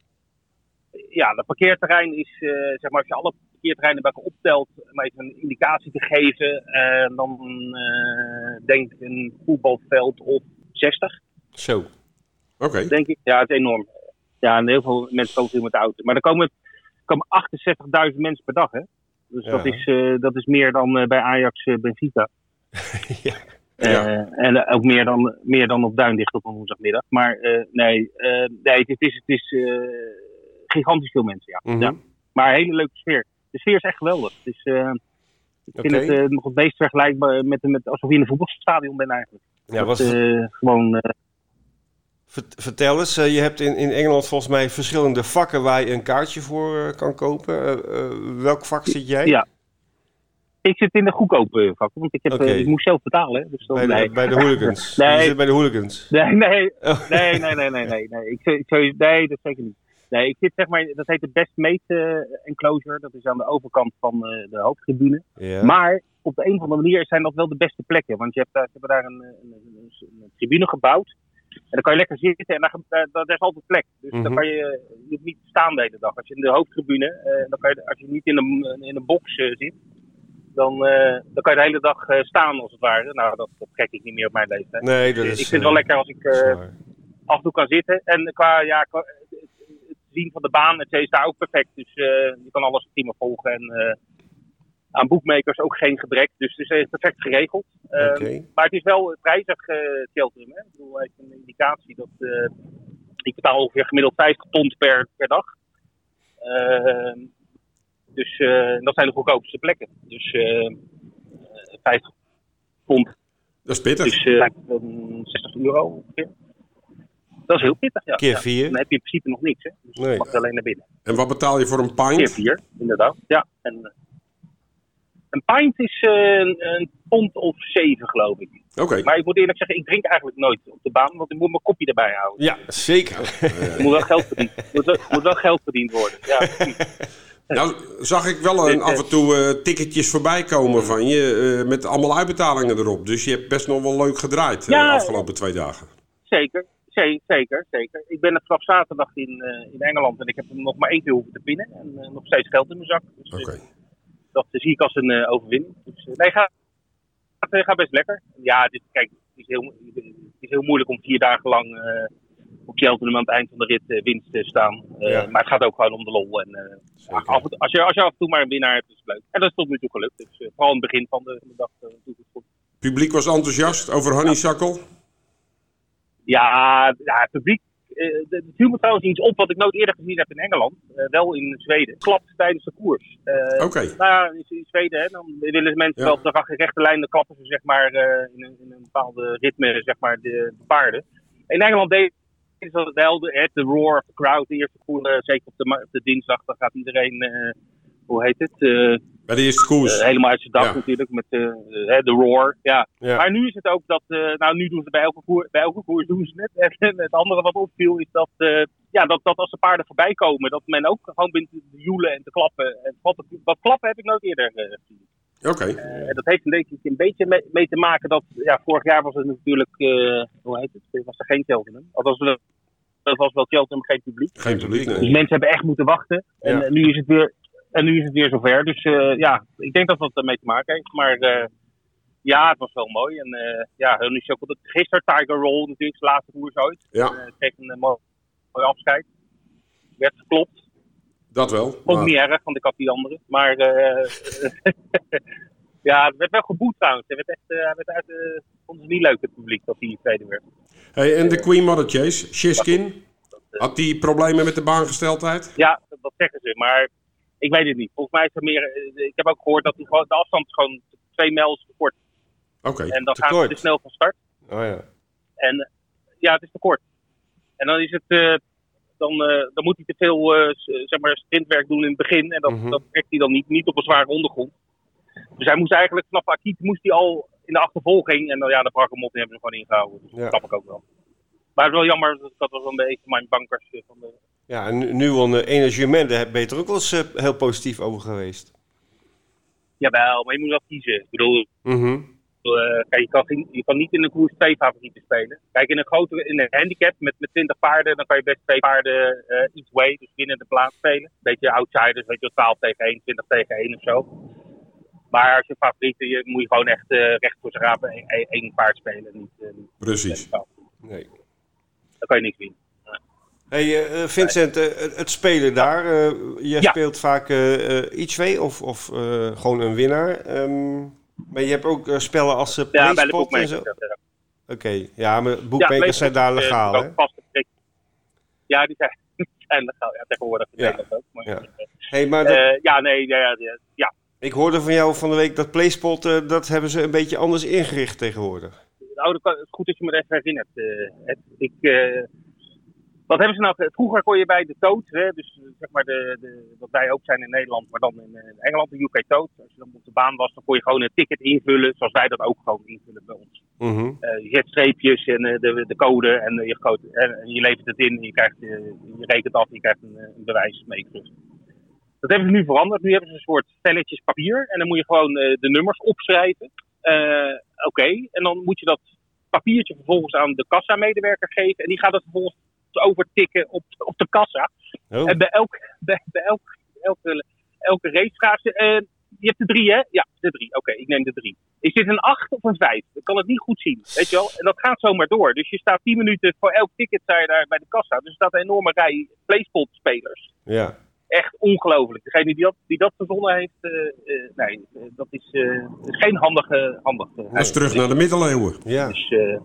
Ja, dat parkeerterrein is, zeg maar als je alle parkeerterreinen bij elkaar optelt, om even een indicatie te geven, dan denk ik een voetbalveld op 60. Zo. Oké. Denk ik. Ja, het is enorm. Ja, en heel veel mensen komen hier met de auto. Maar er komen 68.000 mensen per dag, hè. Dus dat is meer dan bij Ajax Benfica. Ja. En ook meer dan op Duindicht op een woensdagmiddag. Maar het is gigantisch veel mensen, ja. Mm-hmm. Ja. Maar een hele leuke sfeer. De sfeer is echt geweldig. Dus, ik vind het nog het meest vergelijkbaar met alsof je in een voetbalstadion bent eigenlijk. Ja, gewoon... Vertel eens, je hebt in Engeland volgens mij verschillende vakken waar je een kaartje voor kan kopen. Welk vak zit jij? Ja. Ik zit in de goedkope vak, want ik moest zelf betalen. Dus dan, bij de hooligans? Nee. Je zit bij de hooligans? Nee. Nee, dat zeker niet. Nee, ik zit zeg maar, dat heet de Best Mate Enclosure. Dat is aan de overkant van de hoofdtribune. Ja. Maar op de een of andere manier zijn dat wel de beste plekken. Want ze hebben daar een tribune gebouwd. En dan kan je lekker zitten en daar is altijd plek. Dus dan kan je hoeft niet staan de hele dag. Als je in de hoofdtribune, dan kan je, als je niet in een box zit, Dan kan je de hele dag staan als het ware. Nou, dat trek ik niet meer op mijn leeftijd. Nee, dat is... Ik vind het wel lekker als ik af en toe kan zitten. En qua het zien van de baan, het is daar ook perfect. Dus je kan alles prima volgen. En aan boekmakers ook geen gebrek. Dus het is perfect geregeld. Maar het is wel prijzig, Cheltenham. Ik bedoel, hij heeft een indicatie dat... ik betaal ongeveer gemiddeld 50 pond per dag. Dus dat zijn de goedkoopste plekken. Dus 50 pond. Dat is pittig. Dus €60 ongeveer. Dat is heel pittig, ja. Keer 4. Dan heb je in principe nog niks, hè. Dus je mag alleen naar binnen. En wat betaal je voor een pint? Keer 4, inderdaad. Ja. En, een pint is een pond of 7, geloof ik. Oké. Maar ik moet eerlijk zeggen, ik drink eigenlijk nooit op de baan, want ik moet mijn kopje erbij houden. Ja, zeker. Er moet wel geld verdiend, moet wel geld verdiend worden. Ja, Nou, zag ik wel af en toe ticketjes voorbij komen van je, met allemaal uitbetalingen erop. Dus je hebt best nog wel leuk gedraaid de afgelopen 2 dagen. Zeker. Ik ben vanaf zaterdag in Engeland en ik heb hem nog maar 1 keer hoeven te pinnen. En nog steeds geld in mijn zak. Dus, dat zie ik als een overwinning. Dus, nee, gaat best lekker. Ja, het is heel moeilijk om 4 dagen lang op Cheltenham aan het eind van de rit winst te staan. Maar het gaat ook gewoon om de lol. En, als je af en toe maar een winnaar hebt, is het leuk. En dat is tot nu toe gelukt. Dus vooral in het begin van de dag doet het goed. Het publiek was enthousiast over Honeysuckle? Ja, het publiek. Het viel me trouwens iets op wat ik nooit eerder gezien heb in Engeland. Wel in Zweden. Klapt tijdens de koers. Oké. Nou ja, in Zweden, hè, dan willen mensen wel op de rechte lijn, klappen ze zeg maar in een bepaalde ritme, zeg maar, de paarden. In Engeland deed ze dat wel, de roar of the crowd, de eerste koers, zeker op de dinsdag, dan gaat iedereen, hoe heet het? Bij de eerste koers. Helemaal uit zijn dak natuurlijk, met de roar. Ja. Maar nu is het ook dat, nu doen ze bij elke koers doen ze het. En het andere wat opviel is dat, dat als de paarden voorbij komen, dat men ook gewoon begint te joelen en te klappen. En wat klappen heb ik nooit eerder gezien. Oké. Dat heeft een beetje mee te maken dat, vorig jaar was het natuurlijk, hoe heet het? Was er geen Cheltenham. Althans, dat was wel Cheltenham, geen publiek. Geen publiek, nee. Dus mensen hebben echt moeten wachten. En nu is het weer... En nu is het weer zover. Dus ik denk dat dat ermee te maken heeft. Maar het was wel mooi. En Honeysuckle, gisteren Tiger Roll natuurlijk, zijn laatste koers ooit. Kreeg een mooi afscheid. Werd geklopt. Dat wel. Ook niet erg, want ik had die andere. Maar het werd wel geboet trouwens. Vond het niet leuk, het publiek, dat hij tweede werd. Hey, en de Queen Mother Chase, Shiskin, had die problemen met de baangesteldheid? Ja, dat zeggen ze. Maar ik weet het niet. Volgens mij is er meer... Ik heb ook gehoord dat de afstand is gewoon 2 mijl te kort. Oké. En dan gaan ze te snel van start. Oh ja. En het is te kort. En dan is het... Dan moet hij te veel sprintwerk doen in het begin. En dat trekt hij dan niet op een zware ondergrond. Dus hij moest eigenlijk vanaf Akiet al in de achtervolging. En dan brak hem op en hebben ze gewoon ingehouden. Dus dat snap ik ook wel. Maar het is wel jammer. Dat was wel een beetje mijn bankers van de... Ja, en nu won Energiement. Daar ben je er ook wel eens heel positief over geweest. Jawel, maar je moet wel kiezen. Ik bedoel... Kijk, je kan niet in een koers 2 favorieten spelen. Kijk, in een handicap met 20 paarden, dan kan je best 2 paarden each way, dus binnen de plaats spelen. Een beetje outsiders, weet je, 12 tegen 1, 20 tegen 1 of zo. Maar als je favorieten, moet je gewoon echt recht voor zijn rapen 1 paard spelen. Niet precies. Nee. Dan kan je niks winnen. Hey, Vincent, het spelen daar. Je speelt vaak each way of gewoon een winnaar. Maar je hebt ook spellen als PlaySpot en zo. Oké, maar boekmakers zijn daar legaal, hè? Ja, die zijn legaal. Ja, tegenwoordig in Nederland ook. Maar, ja. Ik hoorde van jou van de week dat PlaySpot, dat hebben ze een beetje anders ingericht tegenwoordig. Nou, het is goed dat je me er even herinnert. Wat hebben ze nou? Vroeger kon je bij de Toad, dus zeg maar wat wij ook zijn in Nederland, maar dan in Engeland, de UK Toad. Als je dan op de baan was, dan kon je gewoon een ticket invullen, zoals wij dat ook gewoon invullen bij ons. Je zet streepjes en de code en je levert het in, je rekent af en je krijgt een bewijs mee terug. Dat hebben ze nu veranderd. Nu hebben ze een soort velletjes papier en dan moet je gewoon de nummers opschrijven. En dan moet je dat papiertje vervolgens aan de kassa-medewerker geven en die gaat het vervolgens overtikken op de kassa. En bij elke race vraagt ze, Je hebt de 3, hè? Ja, de 3. Oké, ik neem de 3. Is dit een 8 of een 5? Ik kan het niet goed zien, weet je wel? En dat gaat zomaar door. Dus je staat 10 minuten voor elk ticket sta je daar bij de kassa. Dus er staat een enorme rij PlaySpot-spelers. Ja. Echt ongelooflijk. Degene die dat verzonnen heeft, dat is geen handige. Dat is terug naar de middeleeuwen. Ja. Dus,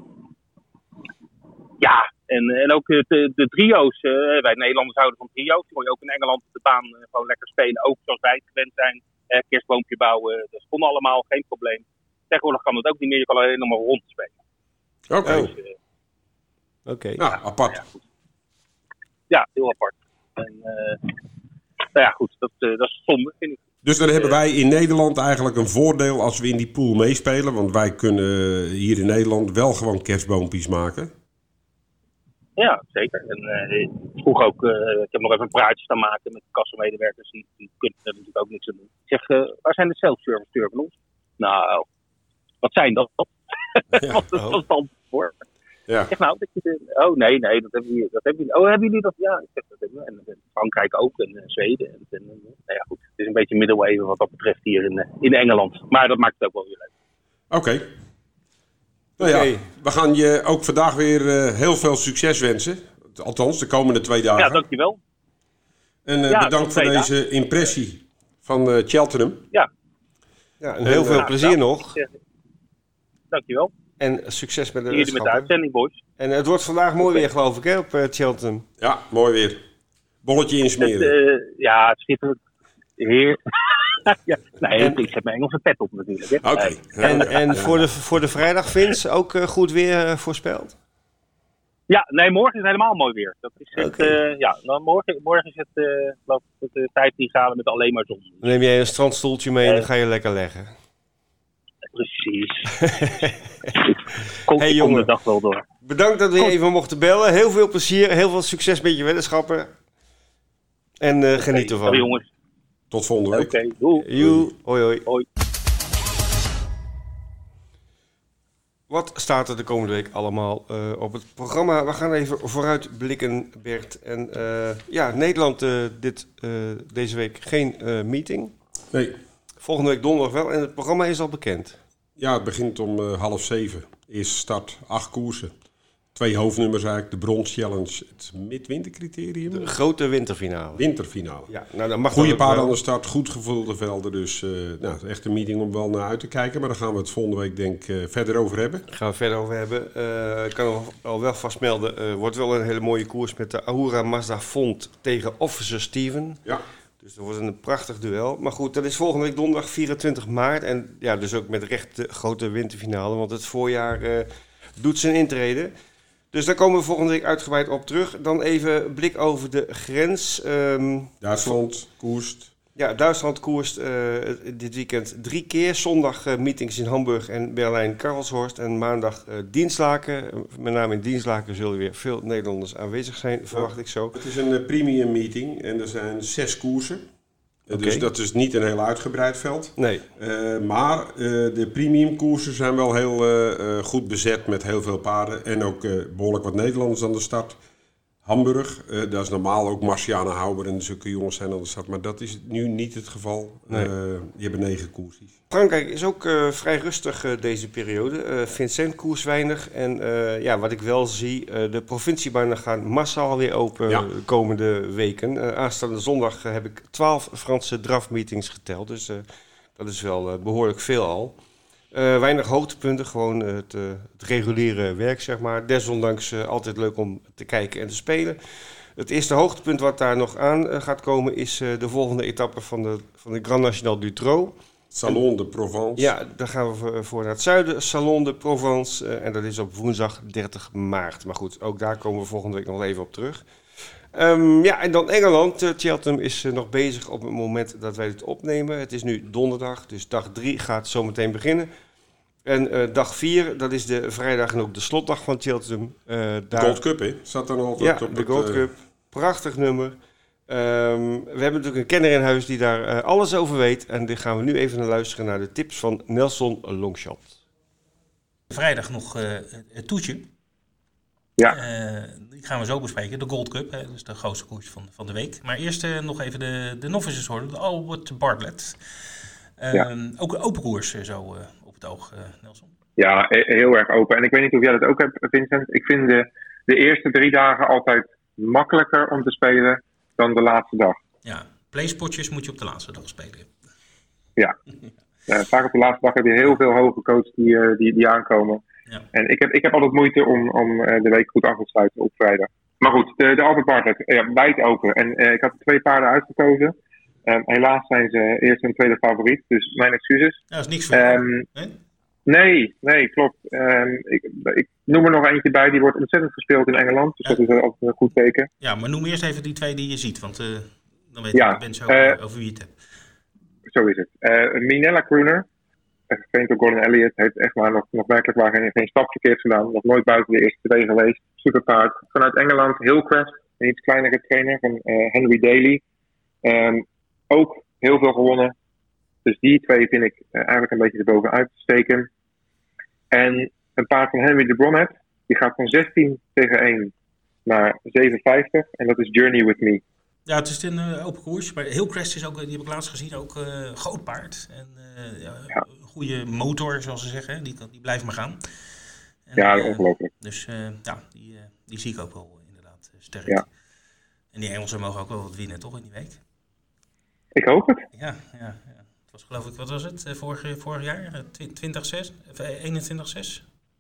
ja, en ook de trio's. Wij Nederlanders houden van trio's. Die kon je ook in Engeland op de baan gewoon lekker spelen. Ook zoals wij het gewend zijn. Kerstboompje bouwen. Dat kon allemaal, geen probleem. Tegenwoordig kan dat ook niet meer. Je kan alleen nog maar rond spelen. Oké. Dus, Oké. Nou, apart. Ja, heel apart. En, nou ja, goed. Dat is zonde, vind ik. Dus dan hebben wij in Nederland eigenlijk een voordeel als we in die pool meespelen. Want wij kunnen hier in Nederland wel gewoon kerstboompjes maken. Ja, zeker. En vroeg ook, ik heb nog even een praatje staan maken met de kassamedewerkers. Die kunnen er natuurlijk ook niks aan doen. Ik zeg, waar zijn de self-service terminals? Nou, wat zijn dat? Ja. Wat is dat dan voor? Ja. Ik zeg, nou, nee, dat hebben we hier. Oh, hebben jullie dat? Ja, ik zeg, dat hebben we. En Frankrijk ook, en Zweden. En nou ja, goed. Het is een beetje middeleeuwen wat dat betreft hier in Engeland. Maar dat maakt het ook wel weer leuk. Oké. Nou ja, we gaan je ook vandaag weer heel veel succes wensen. Althans, de komende 2 dagen. Ja, dankjewel. En bedankt voor deze impressie van Cheltenham. Ja. Ja, en heel veel plezier nog. Dankjewel. En succes met de Jullie met de uitzending, boys. En het wordt vandaag mooi weer, geloof ik, hè, op Cheltenham. Ja, mooi weer. Bolletje insmeren. Ja, het schitterend. Heer. Ja, nee, ik zet mijn Engelse pet op natuurlijk. Oké. En voor de vrijdag, Vince, ook goed weer voorspeld? Ja, nee, morgen is helemaal mooi weer. Dat is echt, morgen is het, geloof ik, 15 graden met alleen maar zon. Dan neem jij een strandstoeltje mee en dan ga je lekker leggen. Precies. Hey, ik kom de dag wel door. Bedankt dat we even mochten bellen. Heel veel plezier, heel veel succes met je weddenschappen. En geniet ervan. Hoi jongens. Tot volgende week. Oké, doei. Hoi. Hoi. Wat staat er de komende week allemaal op het programma? We gaan even vooruitblikken, Bert. En Nederland deze week geen meeting. Nee. Volgende week donderdag wel. En het programma is al bekend. Ja, het begint om 6:30. Eerste start, 8 koersen. 2 hoofdnummers eigenlijk. De Brons Challenge, het midwintercriterium. De grote winterfinale. Winterfinale. Ja, nou, dan mag goede paarden aan de start, goed gevulde velden. Dus echt een meeting om wel naar uit te kijken. Maar daar gaan we het volgende week denk ik verder over hebben. Daar gaan we verder over hebben. Ik kan al wel vastmelden. Wordt wel een hele mooie koers met de Ahura Mazda Font tegen Officer Steven. Ja. Dus dat wordt een prachtig duel. Maar goed, dat is volgende week donderdag 24 maart. En ja, dus ook met recht de grote winterfinale. Want het voorjaar doet zijn intrede. Dus daar komen we volgende week uitgebreid op terug. Dan even een blik over de grens. Duitsland koerst. Ja, Duitsland koerst dit weekend 3 keer. Zondag meetings in Hamburg en Berlijn-Karlshorst. En maandag Dienstlaken. Met name in Dienstlaken zullen weer veel Nederlanders aanwezig zijn, verwacht ik zo. Het is een premium meeting en er zijn 6 koersen. Dus dat is niet een heel uitgebreid veld. Nee. Maar de premium koersen zijn wel heel goed bezet met heel veel paarden. En ook behoorlijk wat Nederlanders aan de start. Hamburg, dat is normaal ook Marciana Hauber en zulke jongens zijn aan de start. Maar dat is nu niet het geval. Nee. Die hebben 9 koersjes. Frankrijk is ook vrij rustig deze periode. Vincent koers weinig. En wat ik wel zie, de provinciebanen gaan massaal weer open de komende weken. Aanstaande zondag heb ik 12 Franse drafmeetings geteld. Dus dat is wel behoorlijk veel al. Weinig hoogtepunten, gewoon het reguliere werk, zeg maar. Desondanks altijd leuk om te kijken en te spelen. Het eerste hoogtepunt wat daar nog aan gaat komen is de volgende etappe van de Grand National du Trot. Salon de Provence. Ja, daar gaan we voor naar het zuiden. Salon de Provence. En dat is op woensdag 30 maart. Maar goed, ook daar komen we volgende week nog even op terug. En dan Engeland. Cheltenham is nog bezig op het moment dat wij dit opnemen. Het is nu donderdag, dus dag 3 gaat zo meteen beginnen. En dag 4, dat is de vrijdag en ook de slotdag van Cheltenham. De Gold Cup, hè? Zat dan altijd op de Gold Cup. Prachtig nummer. We hebben natuurlijk een kenner in huis die daar alles over weet. En die gaan we nu even naar luisteren naar de tips van Nelson Longchamp. Vrijdag nog het toetje. Ja. Die gaan we zo bespreken. De Gold Cup, dat is de grootste koers van de week. Maar eerst nog even de novices horen. De Albert Bartlett. Ook open koers zo op het oog, Nelson. Ja, heel erg open. En ik weet niet of jij dat ook hebt, Vincent. Ik vind de eerste 3 dagen altijd makkelijker om te spelen dan de laatste dag. Ja, playspotjes moet je op de laatste dag spelen. Ja. Vaak op de laatste dag heb je heel veel hoge coaches die aankomen. Ja. En ik heb altijd moeite om de week goed af te sluiten op vrijdag. Maar goed, de Albert Bartlett, wijd open. En ik had 2 paarden uitgekozen. Helaas zijn ze eerst en tweede favoriet, dus mijn excuses. Ja, dat is niks voor Nee, klopt. Ik noem er nog eentje bij, die wordt ontzettend gespeeld in Engeland. Dus dat is altijd een goed teken. Ja, maar noem eerst even die 2 die je ziet, want dan weet de mensen ook over wie je het hebt. Zo is het. Minella Crooner, getraind door Gordon Elliott, heeft echt maar nog werkelijk waar geen stap verkeerd gedaan. Nog nooit buiten de eerste 2 geweest. Superpaard. Vanuit Engeland, Hillcrest, een iets kleinere trainer van Henry Daly. Ook heel veel gewonnen. Dus die 2 vind ik eigenlijk een beetje erbovenuit steken. En een paard van Henry de Bromhead, die gaat van 16-1 naar 57. En dat is Journey With Me. Ja, het is een open koers. Maar Hillcrest is ook, die heb ik laatst gezien, ook groot paard. En een goede motor, zoals ze zeggen. Die blijft maar gaan. En, ongelooflijk. Dus die zie ik ook wel inderdaad sterk. Ja. En die Engelsen mogen ook wel wat winnen, toch, in die week? Ik hoop het. Ja. Het was geloof ik, wat was het, vorig jaar? 21-6?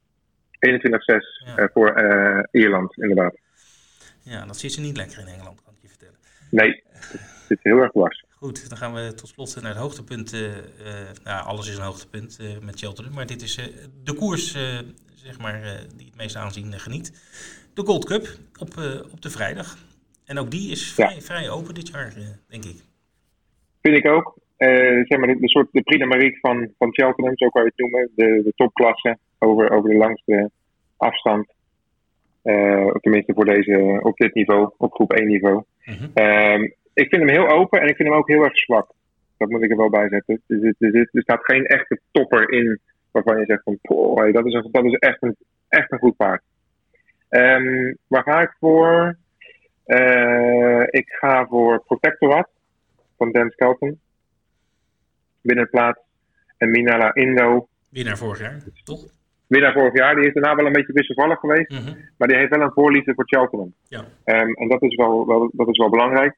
21-6 voor Ierland, inderdaad. Ja, dat zit ze niet lekker in Engeland, kan ik je vertellen. Nee, het zit heel erg dwars. Goed, dan gaan we tot slot naar het hoogtepunt. Alles is een hoogtepunt met Cheltenham. Maar dit is de koers, die het meest aanzien geniet. De Gold Cup op de vrijdag. En ook die is vrij open dit jaar, denk ik. Vind ik ook. De Prix de Marique van Cheltenham, zo kan je het noemen. De topklasse over de langste afstand. Tenminste op dit niveau, op groep 1 niveau. Mm-hmm. Ik vind hem heel open en ik vind hem ook heel erg zwak. Dat moet ik er wel bij zetten. Er staat geen echte topper in waarvan je zegt van, dat is echt een goed paard. Waar ga ik voor? Ik ga voor Protectorat van Dan Skelton. Binnenplaats. En Minella Indo. Winnaar vorig jaar, toch? Winnaar vorig jaar. Die is daarna wel een beetje wisselvallig geweest. Mm-hmm. Maar die heeft wel een voorliefde voor Cheltenham. Ja. En dat is wel belangrijk.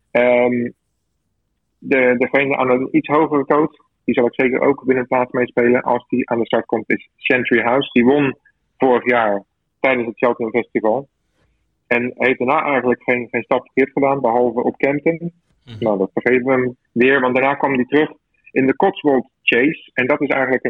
Degene aan een iets hogere coach, die zal ik zeker ook binnenplaats meespelen als die aan de start komt, is Century House. Die won vorig jaar tijdens het Cheltenham Festival. En heeft daarna eigenlijk geen stap verkeerd gedaan, behalve op Kempton. Mm-hmm. Nou, dat vergeven we hem weer, want daarna kwam hij terug in de Cotswold Chase. En dat is eigenlijk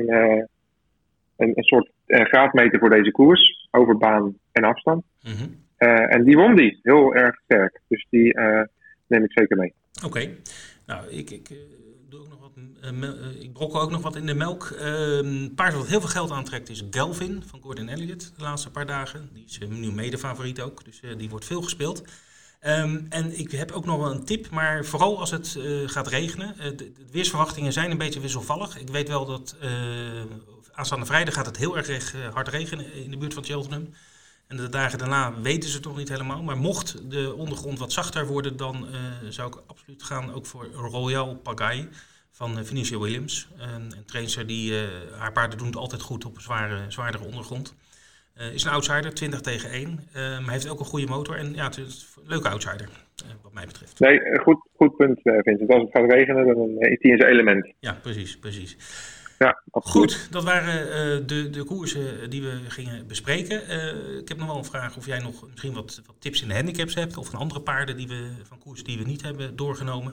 een soort graadmeter voor deze koers, over baan en afstand. Mm-hmm. En die won die heel erg sterk. Dus die neem ik zeker mee. Oké. Nou, ik doe ook nog wat. Ik brokkel ook nog wat in de melk. Een paard wat heel veel geld aantrekt is Galvin van Gordon Elliott de laatste paar dagen. Die is nu mede-favoriet ook, dus die wordt veel gespeeld. En ik heb ook nog wel een tip, maar vooral als het gaat regenen. De weersverwachtingen zijn een beetje wisselvallig. Ik weet wel dat aanstaande vrijdag gaat het heel erg hard regenen in de buurt van Cheltenham. En de dagen daarna weten ze het nog niet helemaal. Maar mocht de ondergrond wat zachter worden, dan zou ik absoluut gaan ook voor Royal Pagaille van Venetia Williams. Een trainster die haar paarden doen het altijd goed op een zwaardere ondergrond. Is een outsider, 20-1. Maar heeft ook een goede motor. En ja, het is een leuke outsider, wat mij betreft. Nee, goed punt, Vincent. Als het gaat regenen, dan is die in zijn element. Ja, precies. Ja, absoluut. Goed, dat waren de koersen die we gingen bespreken. Ik heb nog wel een vraag of jij nog misschien wat tips in de handicaps hebt. Of van andere paarden van koersen die we niet hebben doorgenomen.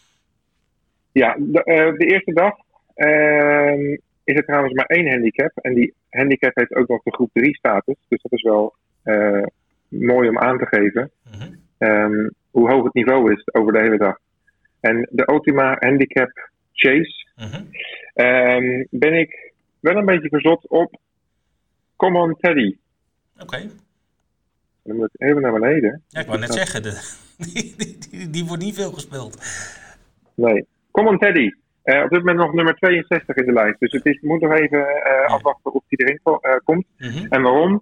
Ja, de eerste dag is er trouwens maar 1 handicap. En die handicap heeft ook nog de groep 3 status. Dus dat is wel mooi om aan te geven. Mm-hmm. Hoe hoog het niveau is over de hele dag. En de Ultima Handicap Chase. Mm-hmm. Ben ik wel een beetje verzot op Come On Teddy. Oké. Dan moet ik even naar beneden. Ja, ik wou net zeggen, die wordt niet veel gespeeld. Nee. Come On Teddy. Op dit moment nog nummer 62 in de lijst. Dus het moet nog even afwachten of die erin komt. Mm-hmm. En waarom?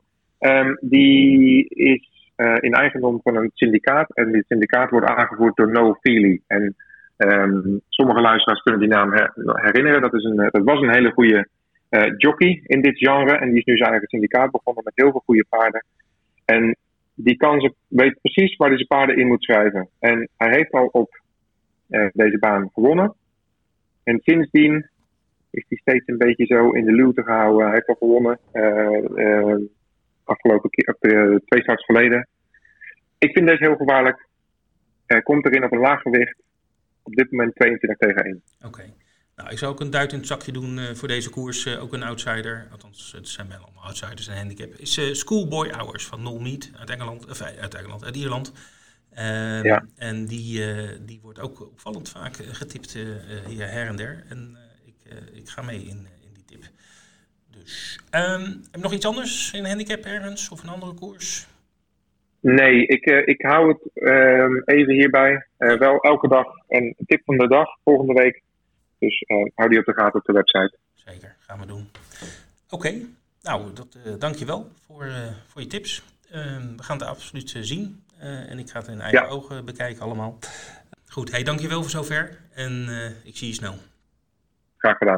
Die is in eigendom van een syndicaat. En dit syndicaat wordt aangevoerd door Noel Feely. En Sommige luisteraars kunnen die naam herinneren. Dat was een hele goede jockey in dit genre. En die is nu zijn eigen syndicaat begonnen met heel veel goede paarden. En die weet precies waar hij zijn paarden in moet schrijven. En hij heeft al op deze baan gewonnen. En sindsdien is hij steeds een beetje zo in de luwte gehouden. Hij heeft al gewonnen. Afgelopen keer, 2 starts geleden. Ik vind deze heel gevaarlijk. Hij komt erin op een laag gewicht. Op dit moment 22-1. Oké. Nou, ik zou ook een duit in het zakje doen voor deze koers. Ook een outsider. Althans, het zijn wel allemaal outsiders en handicap. Is Schoolboy Hours van Noel Mead uit Ierland. En die wordt ook opvallend vaak getipt hier her en der. En ik ga mee in die tip. Dus, heb je nog iets anders in handicap ergens of een andere koers? Nee, ik hou het even hierbij. Wel elke dag een tip van de dag volgende week. Dus hou die op de gaten op de website. Zeker, gaan we doen. Oké, nou, dank je wel voor je tips. We gaan het absoluut zien. En ik ga het in eigen ogen bekijken allemaal. Goed, dank je wel voor zover. En ik zie je snel. Graag gedaan.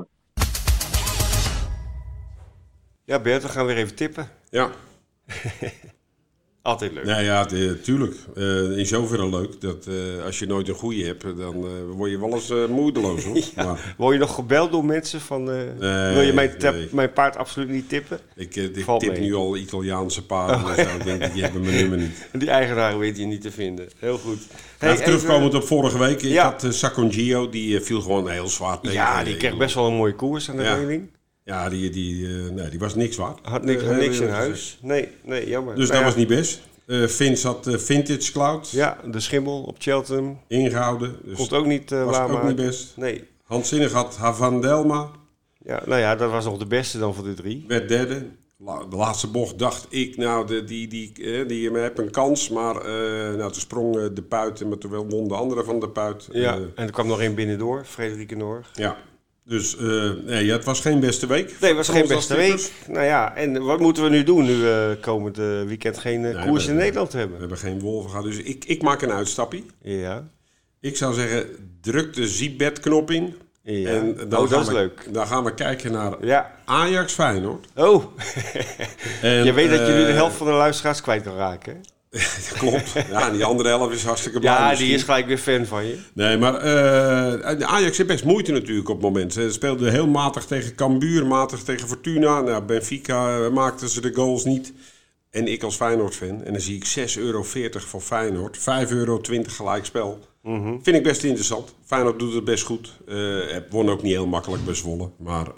Ja, Bert, we gaan weer even tippen. Ja. Altijd leuk. Nou ja, tuurlijk. In zoverre leuk dat als je nooit een goeie hebt, dan word je wel eens moedeloos. Hoor. Ja. Maar... Word je nog gebeld door mensen van, wil je mijn paard absoluut niet tippen? Ik tip nu al Italiaanse paarden, dus ik denk die hebben mijn nummer niet. Die eigenaar weet je niet te vinden. Heel goed. Even terugkomend op vorige week. Ik had Sacongio, die viel gewoon heel zwaar tegen. Ja, die kreeg best wel een mooie koers aan de reiling. Ja, die was niks waard. Had niks in huis. Nee, jammer. Dus dat was niet best. Vince had Vintage Cloud. Ja, de schimmel op Cheltenham. Ingehouden. Dus komt ook niet was ook niet best. Nee. Handzinnig had Havandelma. Ja, nou ja, dat was nog de beste dan van de 3. Werd derde. De laatste bocht dacht ik, nou, die heeft een kans. Maar toen sprong de Puit en toen won de andere van de Puit. Ja, en er kwam nog één binnendoor, Frederike Noor. Ja. Dus het was geen beste week. Nee, het was geen beste week. Nou ja, en wat moeten we nu doen nu we komend weekend geen koers in Nederland hebben? We hebben geen wolven gehad, dus ik maak een uitstapje. Ja. Ik zou zeggen, druk de Zibet-knop in. Ja. En dat is leuk. Dan gaan we kijken naar Ajax Feyenoord. Oh, en, je weet dat je nu de helft van de luisteraars kwijt kan raken, hè? Klopt. Ja, en die andere helft is hartstikke blij. Ja, die is gelijk weer fan van je. Nee, maar Ajax heeft best moeite natuurlijk op het moment. Ze speelden heel matig tegen Cambuur, matig tegen Fortuna. Nou, Benfica maakten ze de goals niet. En ik als Feyenoord-fan. En dan zie ik €6,40 voor Feyenoord. €5,20 gelijkspel. Mm-hmm. Vind ik best interessant. Feyenoord doet het best goed. Won ook niet heel makkelijk bij Zwolle. Maar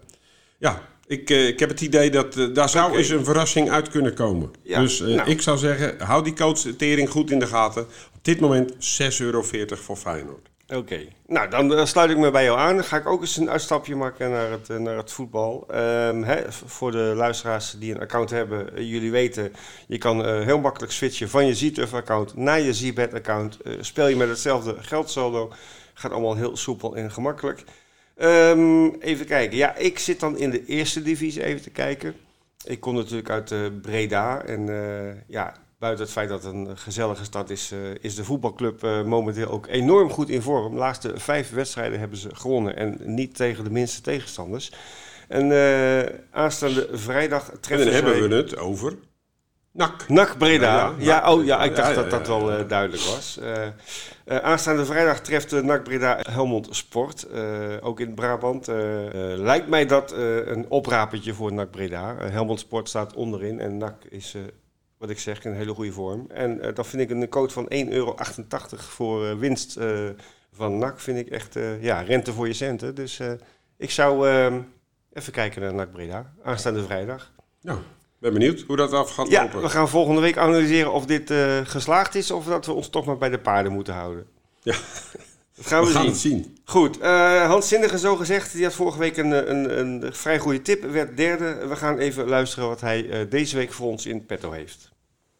ik heb het idee dat daar zou eens een verrassing uit kunnen komen. Ja, dus ik zou zeggen, hou die coachering goed in de gaten. Op dit moment €6,40 voor Feyenoord. Oké, nou dan sluit ik me bij jou aan. Dan ga ik ook eens een uitstapje maken naar het voetbal. Voor de luisteraars die een account hebben, jullie weten, je kan heel makkelijk switchen van je ZTurf-account naar je Zibet-account. Speel je met hetzelfde geldsaldo. Gaat allemaal heel soepel en gemakkelijk. Even kijken. Ja, ik zit dan in de eerste divisie even te kijken. Ik kom natuurlijk uit Breda. En buiten het feit dat het een gezellige stad is de voetbalclub momenteel ook enorm goed in vorm. De laatste 5 wedstrijden hebben ze gewonnen. En niet tegen de minste tegenstanders. En aanstaande vrijdag treffen ze... En dan hebben we het over... NAC Breda. Ik dacht dat dat wel duidelijk was. Aanstaande vrijdag treft NAC Breda Helmond Sport, ook in Brabant. Lijkt mij dat een oprapertje voor NAC Breda. Helmond Sport staat onderin en NAC is, wat ik zeg, in een hele goede vorm. En dan vind ik een quote van €1,88 voor winst van NAC, vind ik echt rente voor je centen. Dus ik zou even kijken naar NAC Breda, aanstaande vrijdag. Ja. Ben benieuwd hoe dat af gaat lopen. Ja, we gaan volgende week analyseren of dit geslaagd is of dat we ons toch maar bij de paarden moeten houden. Ja, dat gaan we het zien. Goed, Hans Zindige zo gezegd, die had vorige week een vrij goede tip, werd derde. We gaan even luisteren wat hij deze week voor ons in petto heeft.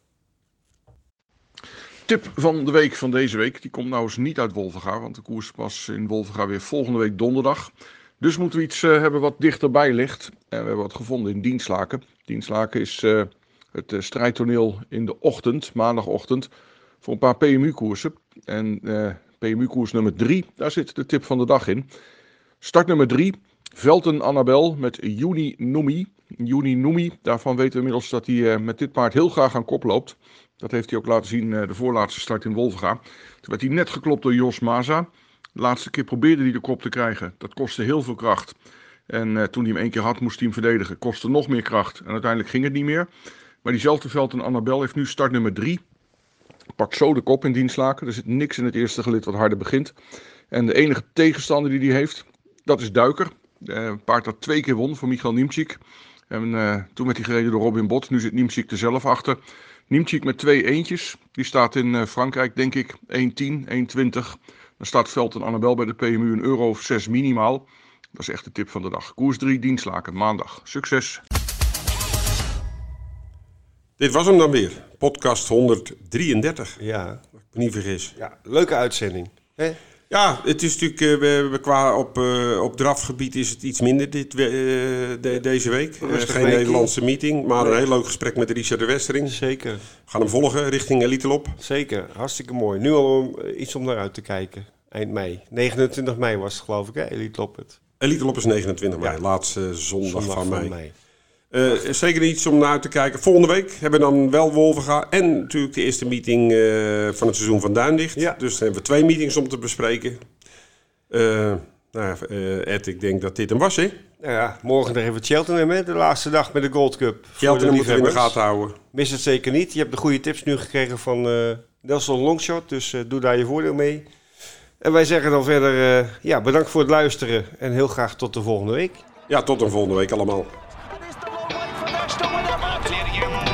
Tip van de week van deze week, die komt nou eens niet uit Wolvenga, want de koers pas in Wolvenga weer volgende week donderdag. Dus moeten we iets hebben wat dichterbij ligt. En we hebben wat gevonden in Dienstlaken. Dienstlaken is het strijdtoneel in de ochtend, maandagochtend, voor een paar PMU-koersen. En PMU-koers nummer 3, daar zit de tip van de dag in. Start nummer 3, Velten Annabel met Juni Noemi. Daarvan weten we inmiddels dat hij met dit paard heel graag aan kop loopt. Dat heeft hij ook laten zien de voorlaatste start in Wolvenga. Toen werd hij net geklopt door Jos Maza. De laatste keer probeerde hij de kop te krijgen. Dat kostte heel veel kracht. En toen hij hem 1 keer had, moest hij hem verdedigen. Kostte nog meer kracht. En uiteindelijk ging het niet meer. Maar diezelfde Velten Annabel heeft nu start nummer 3. Pakt zo de kop in Dienstlaken. Er zit niks in het eerste gelid wat harder begint. En de enige tegenstander die hij heeft, dat is Duiker. Een paard dat 2 keer won voor Michael Niemczyk. En toen werd hij gereden door Robin Bot. Nu zit Niemczyk er zelf achter. Niemczyk met 2 eentjes. Die staat in Frankrijk, denk ik, 1,10, 1,20. Dan staat Velten Annabel bij de PMU €1,06 minimaal. Dat is echt de tip van de dag. Koers 3, Dienstlaken, maandag. Succes! Dit was hem dan weer. Podcast 133. Ja. Als ik me niet vergis. Ja, leuke uitzending. Hè? Ja, het is natuurlijk qua op drafgebied is het iets minder deze week. Geen Nederlandse meeting, maar een heel leuk gesprek met Richard de Westering. Zeker. We gaan hem volgen richting Elitelop. Zeker, hartstikke mooi. Nu al iets om naar uit te kijken. Eind mei. 29 mei was het, geloof ik, hè? Elitelop. Elitelop is 29 mei, laatste zondag van mei. mei. Zeker iets om naar uit te kijken. Volgende week hebben we dan wel Wolvenga en natuurlijk de eerste meeting van het seizoen van Duindicht. Ja. Dus dan hebben we 2 meetings om te bespreken. Ed, ik denk dat dit hem was, hè? Ja, morgen nog even Cheltenham, hè? De laatste dag met de Gold Cup. Cheltenham moeten we in de gaten houden. Mis het zeker niet. Je hebt de goede tips nu gekregen van Nelson Longshot, dus doe daar je voordeel mee. En wij zeggen dan verder, bedankt voor het luisteren en heel graag tot de volgende week. Ja, tot de volgende week allemaal. Clearing